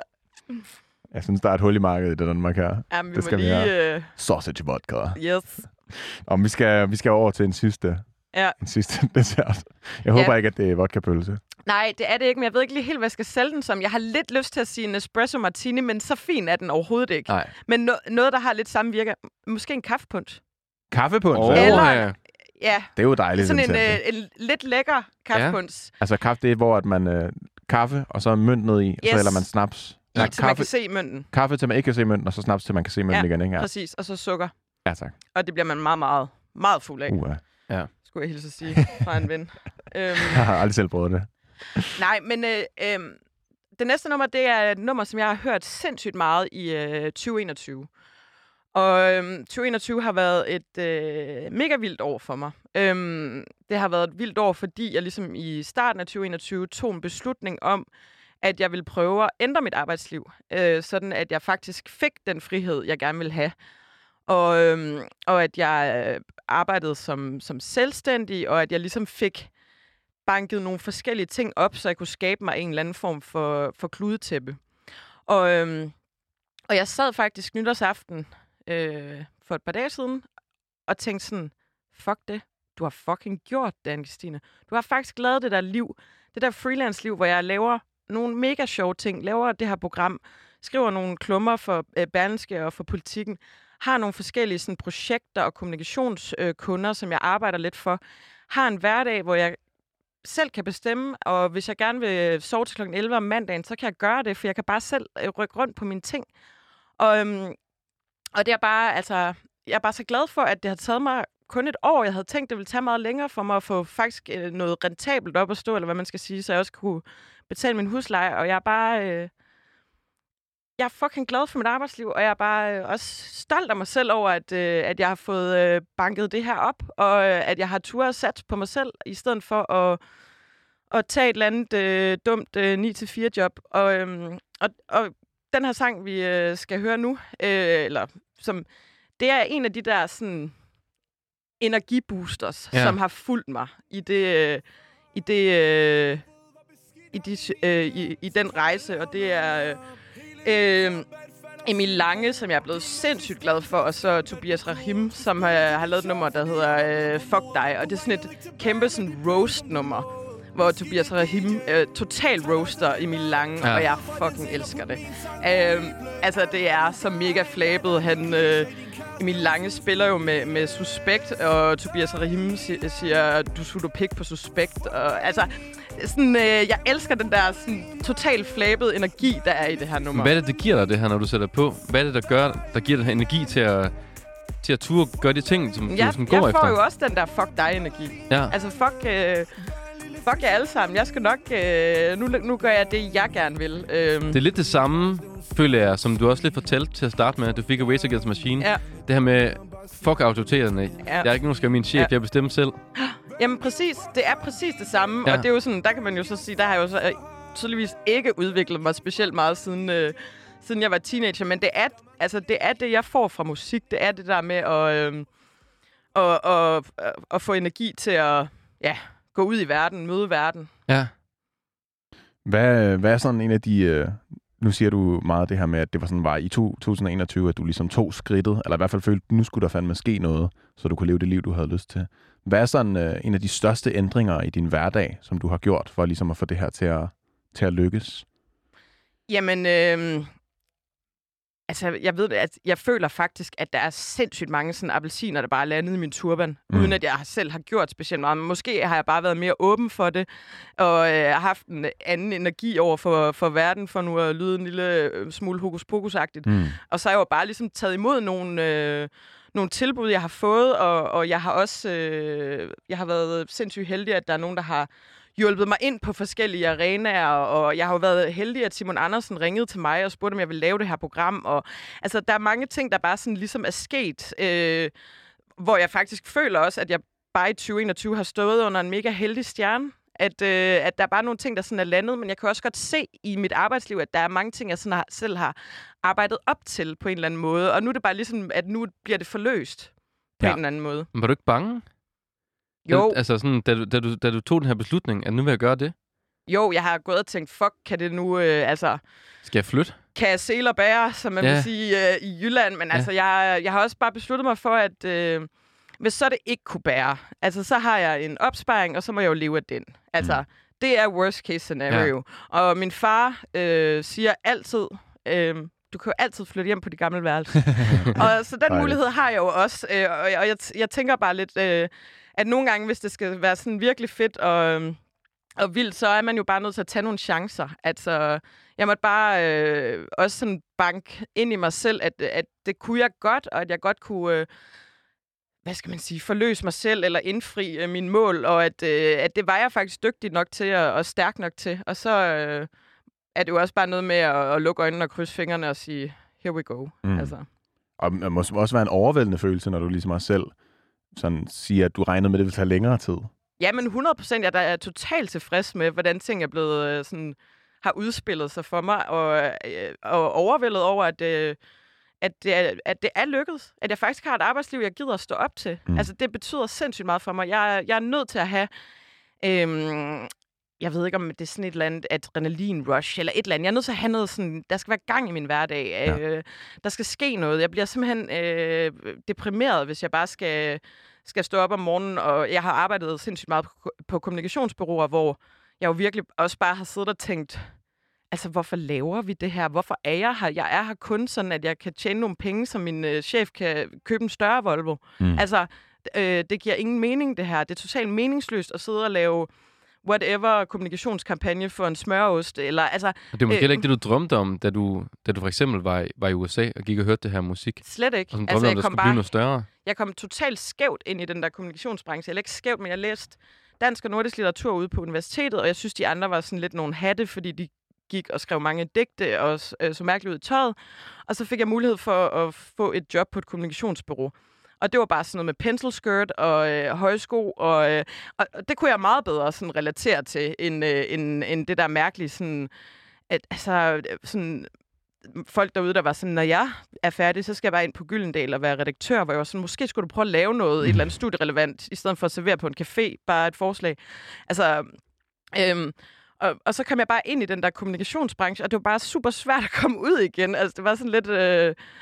Jeg synes, der er et hul i markedet i det Danmark her. jamen, vi Det må skal vi lige... Uh, Sausage vodka. yes. Og vi skal, vi skal over til en sidste, Ja. en sidste dessert. Jeg håber ikke, at det er vodkapølse. Nej, det er det ikke, men jeg ved ikke lige helt, hvad jeg skal sælge den som. Jeg har lidt lyst til at sige en espresso martini, men så fin er den overhovedet ikke. Nej. Men no- noget, der har lidt samme virker. Måske en kaffepunch. Kaffepunch? Åh, Oh. Eller- ja. Ja, Det er jo dejligt. sådan en, Vincent. øh, en lidt lækker kaffepunch. Altså kaffe, det er, hvor at man øh, kaffe, og så mønt ned i, og så Yes. hælder man snaps. I, Nej, til man kaffe, kan se mønten. kaffe til man ikke kan se mønten, og så snaps til man kan se mønten Ja, igen, ikke? Ja. Præcis, og så sukker. Ja, tak. Og det bliver man meget, meget, meget fuld af, Uh, skulle jeg hilse at sige fra en ven. øhm, jeg har aldrig selv prøvet det. nej, men øh, øh, det næste nummer, det er et nummer, som jeg har hørt sindssygt meget i øh, tyve enogtyve. Og øhm, tyve enogtyve har været et øh, mega vildt år for mig. Øhm, det har været et vildt år, fordi jeg ligesom i starten af tyve enogtyve tog en beslutning om, at jeg ville prøve at ændre mit arbejdsliv, øh, sådan at jeg faktisk fik den frihed, jeg gerne ville have. Og, øhm, og at jeg øh, arbejdede som, som selvstændig, og at jeg ligesom fik banket nogle forskellige ting op, så jeg kunne skabe mig en eller anden form for, for kludetæppe. Og, øhm, og jeg sad faktisk nytårsaften øh, for et par dage siden, og tænkte sådan, fuck det, du har fucking gjort det, Anne-Christine. Du har faktisk lavet det der liv, det der freelance-liv, hvor jeg laver nogle mega sjove ting, laver det her program, skriver nogle klummer for øh, Berlingske og for Politikken, har nogle forskellige sådan, projekter og kommunikationskunder, øh, som jeg arbejder lidt for, har en hverdag, hvor jeg selv kan bestemme, og hvis jeg gerne vil sove til klokken elleve om mandagen, så kan jeg gøre det, for jeg kan bare selv øh, rykke rundt på mine ting. Og, øhm, og det er bare, altså, jeg er bare så glad for, at det har taget mig kun et år. Jeg havde tænkt, det ville tage meget længere for mig at få faktisk øh, noget rentabelt op at stå, eller hvad man skal sige, så jeg også kunne betale min husleje, og jeg er bare... Øh, jeg er fucking glad for mit arbejdsliv, og jeg er bare øh, også stolt af mig selv over, at, øh, at jeg har fået øh, banket det her op, og øh, at jeg har turde sat på mig selv, i stedet for at, at tage et eller andet øh, dumt øh, ni til fire job. Og, øh, og, og den her sang, vi øh, skal høre nu, øh, eller som, det er en af de der sådan, energiboosters, Ja. som har fulgt mig i det... Øh, i det øh, i, de, øh, i, i den rejse, og det er... Øh, Øh, Emil Lange, som jeg er blevet sindssygt glad for, og så Tobias Rahim, som har, har lavet et nummer, der hedder øh, Fuck dig, og det er sådan et kæmpe sådan roast-nummer, hvor Tobias Rahim øh, total roaster Emil Lange, Ja. og jeg fucking elsker det. Øh, altså, det er så mega flabet. Han, øh, Emil Lange spiller jo med, med Suspekt, og Tobias Rahim si- siger, du sutter pik på Suspekt. Og, altså, sådan, øh, jeg elsker den der sådan, totalt flabede energi, der er i det her nummer. Hvad er det, det giver dig, det her, når du sætter på? Hvad er det, der gør, der giver dig her energi til at, til at turde gøre de ting, som jeg, du sådan går jeg efter? får jo også den der fuck dig-energi. Ja. Altså, fuck... Øh, Fuck jer alle sammen. Jeg skal nok... Øh, nu, nu gør jeg det, jeg gerne vil. Øhm. Det er lidt det samme, føler jeg, som du også lidt fortalte til at starte med. Du fik Rage Against the Machine. Ja. Det her med, fuck autoriteterne. Ja. Jeg er ikke nogen, der skal være min chef. Ja. Jeg bestemmer selv. Jamen præcis. Det er præcis det samme. Ja. Og det er jo sådan, der kan man jo så sige, der har jeg jo så øh, tydeligvis ikke udviklet mig specielt meget siden, øh, siden jeg var teenager. Men det er, altså, det er det, jeg får fra musik. Det er det der med at, øh, og, og, at få energi til at ja, gå ud i verden, møde verden. Ja. Hvad, hvad er sådan en af de... Øh, nu siger du meget det her med, at det var sådan var i to tusind og enogtyve, at du ligesom tog skridtet, eller i hvert fald følte, at nu skulle der fandme ske noget, så du kunne leve det liv, du havde lyst til. Hvad er sådan øh, en af de største ændringer i din hverdag, som du har gjort for ligesom at få det her til at, til at lykkes? Jamen, øh, altså, jeg ved det, at jeg føler faktisk, at der er sindssygt mange sådan appelsiner, der bare er landet i min turban, mm. uden at jeg selv har gjort specielt meget. Men måske har jeg bare været mere åben for det, og øh, har haft en anden energi over for, for verden, for nu at lyde en lille smule hokus-pokus-agtigt. Mm. Og så har jeg jo bare ligesom taget imod nogle... Øh, nogle tilbud, jeg har fået, og, og jeg har også øh, jeg har været sindssygt heldig, at der er nogen, der har hjulpet mig ind på forskellige arenaer, og jeg har jo været heldig, at Simon Andersen ringede til mig og spurgte, om jeg ville lave det her program. Og, altså, der er mange ting, der bare sådan ligesom er sket, øh, hvor jeg faktisk føler også, at jeg bare i tyve enogtyve har stået under en mega heldig stjerne. At, øh, at der er bare nogle ting, der sådan er landet, men jeg kan også godt se i mit arbejdsliv, at der er mange ting, jeg sådan har, selv har arbejdet op til på en eller anden måde. Og nu er det bare ligesom, at nu bliver det forløst på ja. en eller anden måde. Men var du ikke bange? Jo. Altså sådan, da du, da, du, da du tog den her beslutning, at nu vil jeg gøre det? Jo, jeg har gået og tænkt, fuck, kan det nu, øh, altså... Skal jeg flytte? Kan jeg sele og bære, som man ja. vil sige, øh, i Jylland. Men ja. altså, jeg, jeg har også bare besluttet mig for, at øh, hvis så det ikke kunne bære, altså så har jeg en opsparing, og så må jeg jo leve af den. Altså, mm. det er worst case scenario. Ja. Og min far øh, siger altid... Øh, du kan jo altid flytte hjem på de gamle værelser. Og så den mulighed har jeg jo også. Øh, og og jeg, jeg tænker bare lidt, øh, at nogle gange, hvis det skal være sådan virkelig fedt og, og vildt, så er man jo bare nødt til at tage nogle chancer. Altså, jeg måtte bare øh, også sådan banke ind i mig selv, at, at det kunne jeg godt, og at jeg godt kunne... Øh, hvad skal man sige, forløse mig selv eller indfri øh, mine mål, og at, øh, at det var jeg faktisk dygtig nok til og, og stærk nok til. Og så... Øh, er det jo også bare noget med at, at lukke øjnene og krydse fingrene og sige, here we go. Mm. Altså. Og det må også være en overvældende følelse, når du ligesom også selv sådan siger, at du regnede med, at det ville tage længere tid. Ja, men hundrede procent. Jeg er totalt tilfreds med, hvordan ting er blevet sådan, har udspillet sig for mig, og, og overvældet over, at, at, det er, at det er lykkedes. At jeg faktisk har et arbejdsliv, jeg gider at stå op til. Mm. Altså, det betyder sindssygt meget for mig. Jeg, jeg er nødt til at have... Øhm, Jeg ved ikke, om det er sådan et eller andet adrenalin-rush, eller et eller andet. Jeg er nødt til at have noget sådan... Der skal være gang i min hverdag. Ja. Øh, der skal ske noget. Jeg bliver simpelthen øh, deprimeret, hvis jeg bare skal, skal stå op om morgenen. Og jeg har arbejdet sindssygt meget på, på kommunikationsbureauer, hvor jeg jo virkelig også bare har siddet og tænkt... Altså, hvorfor laver vi det her? Hvorfor er jeg her? Jeg er her kun sådan, at jeg kan tjene nogle penge, så min øh, chef kan købe en større Volvo. Mm. Altså, øh, det giver ingen mening, det her. Det er totalt meningsløst at sidde og lave... whatever kommunikationskampagne for en smørost, eller altså... Det er måske øh, ikke det, du drømte om, da du, da du for eksempel var, var i U S A og gik og hørte det her musik? Slet ikke. Og sådan drømte altså, om, det skulle bare, blive noget større? Jeg kom totalt skævt ind i den der kommunikationsbranche. Eller ikke skævt, men jeg læste dansk og nordisk litteratur ude på universitetet, og jeg synes, de andre var sådan lidt nogle hatte, fordi de gik og skrev mange digte og øh, så mærkeligt ud i tøjet. Og så fik jeg mulighed for at få et job på et kommunikationsbureau. Og det var bare sådan noget med pencil skirt og øh, højsko, og, øh, og det kunne jeg meget bedre sådan relatere til, end, øh, end, end det der mærkelige sådan, at altså, sådan, folk derude, der var sådan, når jeg er færdig, så skal jeg bare ind på Gyldendal og være redaktør, hvor jeg var sådan, måske skulle du prøve at lave noget, et eller andet studierelevant, i stedet for at servere på en café, bare et forslag. Altså, øhm, og, og så kom jeg bare ind i den der kommunikationsbranche, og det var bare super svært at komme ud igen. Altså, det var sådan lidt... Øh,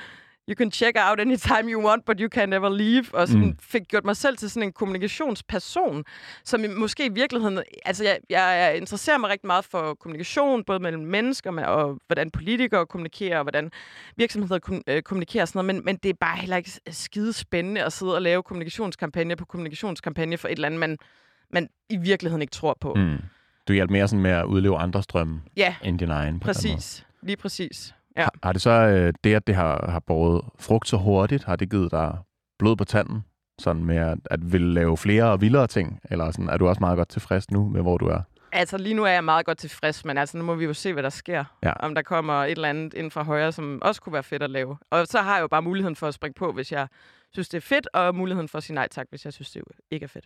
you can check out anytime you want, but you can never leave. Og sådan Mm. fik gjort mig selv til sådan en kommunikationsperson, som i- måske i virkeligheden... Altså, jeg, jeg interesserer mig rigtig meget for kommunikation, både mellem mennesker, men, og hvordan politikere kommunikerer, og hvordan virksomheder kom, øh, kommunikerer og sådan noget. Men, men det er bare heller ikke skide spændende at sidde og lave kommunikationskampagne på kommunikationskampagne for et eller andet, man, man i virkeligheden ikke tror på. Mm. Du hjælper mere sådan med at udleve andres drømme Ja, end din egen. på en eller anden måde. præcis. Lige præcis. Ja. Har, har det så, øh, det at det har, har båret frugt så hurtigt, har det givet dig blod på tanden? Sådan med at, at ville lave flere og vildere ting? Eller sådan, er du også meget godt tilfreds nu med, hvor du er? Altså, lige nu er jeg meget godt tilfreds, men altså, nu må vi jo se, hvad der sker. Ja. Om der kommer et eller andet inden fra højre, som også kunne være fedt at lave. Og så har jeg jo bare muligheden for at springe på, hvis jeg synes, det er fedt, og muligheden for at sige nej tak, hvis jeg synes, det ikke er fedt.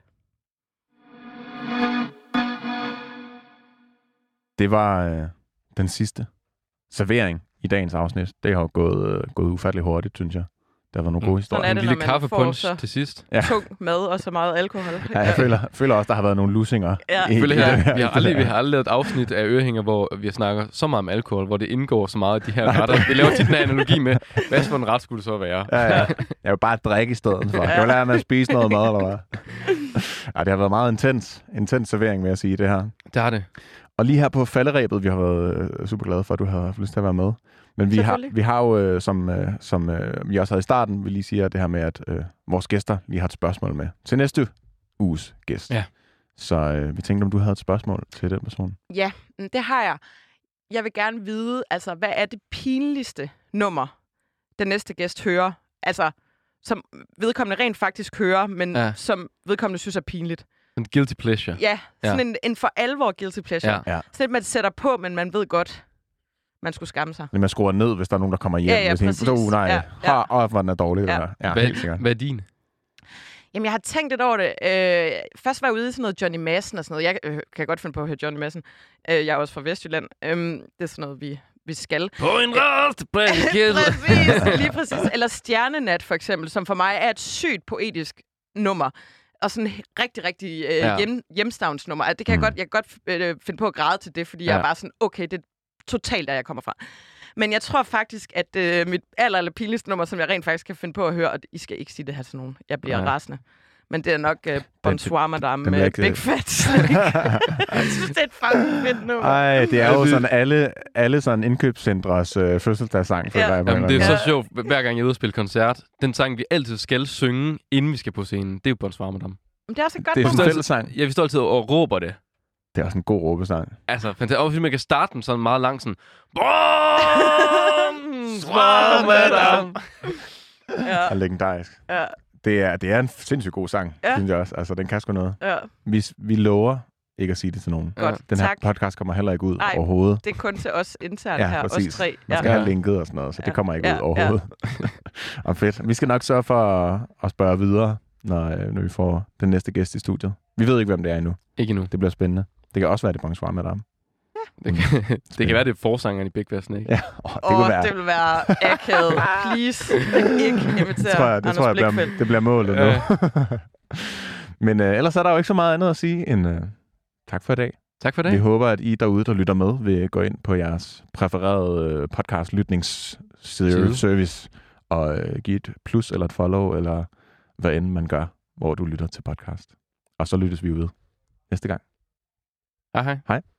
Det var øh, den sidste servering i dagens afsnit. Det har jo gået, øh, gået ufattelig hurtigt, synes jeg. Der var nogle Mm. gode historier. Sådan er En det, lille når man kaffepunch får så- til sidst. Ja. Tung mad og så meget alkohol. Ja, jeg føler, føler også, der har været nogle lusinger. Ja. i- i Føler den jeg, her- vi, har i den aldrig, her. vi har aldrig lavet et afsnit af Ørehænger, hvor vi snakker så meget om alkohol, hvor det indgår så meget af de her retter. Vi laver tit en analogi med, hvad for en ret skulle det så være? Ja, ja. Jeg vil bare drikke i stedet for. Jeg vil lære med at spise noget mad, eller hvad? Ja, det har været meget intens, intens servering, vil jeg sige, det her. Det har det. Og lige her på falderæbet, vi har været øh, super glade for, at du har haft lyst til at være med. Men vi har, Selvfølgelig. vi har jo, øh, som, øh, som øh, vi også havde i starten, vi lige siger det her med, at øh, vores gæster lige har et spørgsmål med til næste uges gæst. Ja. Så øh, vi tænkte, om du havde et spørgsmål til den person. Ja, mm, det har jeg. Jeg vil gerne vide, altså, hvad er det pinligste nummer, den næste gæst hører? Altså, som vedkommende rent faktisk hører, men Ja. ja. som vedkommende synes er pinligt. En guilty pleasure. Ja, sådan ja. En, en for alvor guilty pleasure. Ja. Ja. Sådan et, man sætter på, men man ved godt, man skulle skamme sig. Men man skruer ned, hvis der er nogen, der kommer hjem. Ja, ja, og siger, præcis. "Uh, nej, Ja, ja, ja. ja. Åh, hvor den er dårlig. Ja. Ja, ja Hvad, helt sikkert. hvad er din? Jamen, jeg har tænkt lidt over det. Øh, først var jeg ude i sådan noget Johnny Madsen og sådan noget. Jeg øh, kan godt finde på at høre Johnny Madsen. Øh, jeg er også fra Vestjylland. Øhm, det er sådan noget, vi, vi skal. På en rasteprædikæde. Præcis, lige præcis. Eller Stjernenat, for eksempel, som for mig er et sygt poetisk nummer. Og sådan et rigtig, rigtig øh, Ja. ja. hjem, hjemstavnsnummer. Altså, det kan Mm. jeg godt, jeg kan godt øh, finde på at græde til det, fordi ja. jeg er bare sådan, okay, det er totalt der, jeg kommer fra. Men jeg tror faktisk, at øh, mit aller, aller pinligste nummer, som jeg rent faktisk kan finde på at høre, og I skal ikke sige det her til nogen. Jeg bliver Nej. rasende. Men det er nok øh, Bonsoir Madame den vil med jeg ikke- Big Fat. Jeg synes, det er et fucking fedt nummer. Ej, det er jo Ja, det- sådan alle, alle sådan indkøbscentres øh, fødselsdagssang. føler Ja. jeg på en Jamen, eller det er anden så sjovt, hver gang jeg er ude og spille koncert. Den sang, vi altid skal synge, inden vi skal på scenen, det er jo Bonsoir Madame. Men det er også et godt Det er nummer. sådan en fællessang. Ja, vi står altid og råber det. Det er også en god råbesang. Altså, fantastisk. Og hvis man kan starte den sådan meget langt, sådan... Bonsoir Madame. Ja, Er legendarisk. ja, Det er, det er en sindssygt god sang, Ja. synes jeg også. Altså, den kan sgu noget. ja. Vi, vi lover ikke at sige det til nogen. Godt, Den her tak. podcast kommer heller ikke ud Ej. overhovedet. Det er kun til os internt Ja, her, præcis. os tre. Man skal Ja. have linket og sådan noget, så det Ja. kommer ikke Ja, ud ja. overhovedet. Og fedt. Vi skal nok sørge for at, at spørge videre, når, når vi får den næste gæst i studiet. Vi ved ikke, hvem det er endnu. Ikke endnu. Det bliver spændende. Det kan også være, det er Bonsoir Madame. Det kan, det kan være, det er forsangeren i Big Fast, ikke? Ja, oh, det Åh, kunne være. det vil være akavet. Please, ikke invitere Det tror jeg, det Anders tror jeg bliver, Blichfeldt. det bliver målet Ja. nu. Men øh, ellers er der jo ikke så meget andet at sige end øh, tak for i dag. Tak for det. Vi håber, at I derude, der lytter med, vil gå ind på jeres præfererede øh, podcast-lytningsservice og øh, give et plus eller et follow, eller hvad end man gør, hvor du lytter til podcast. Og så lyttes vi ud næste gang. Hej, hej. Hej.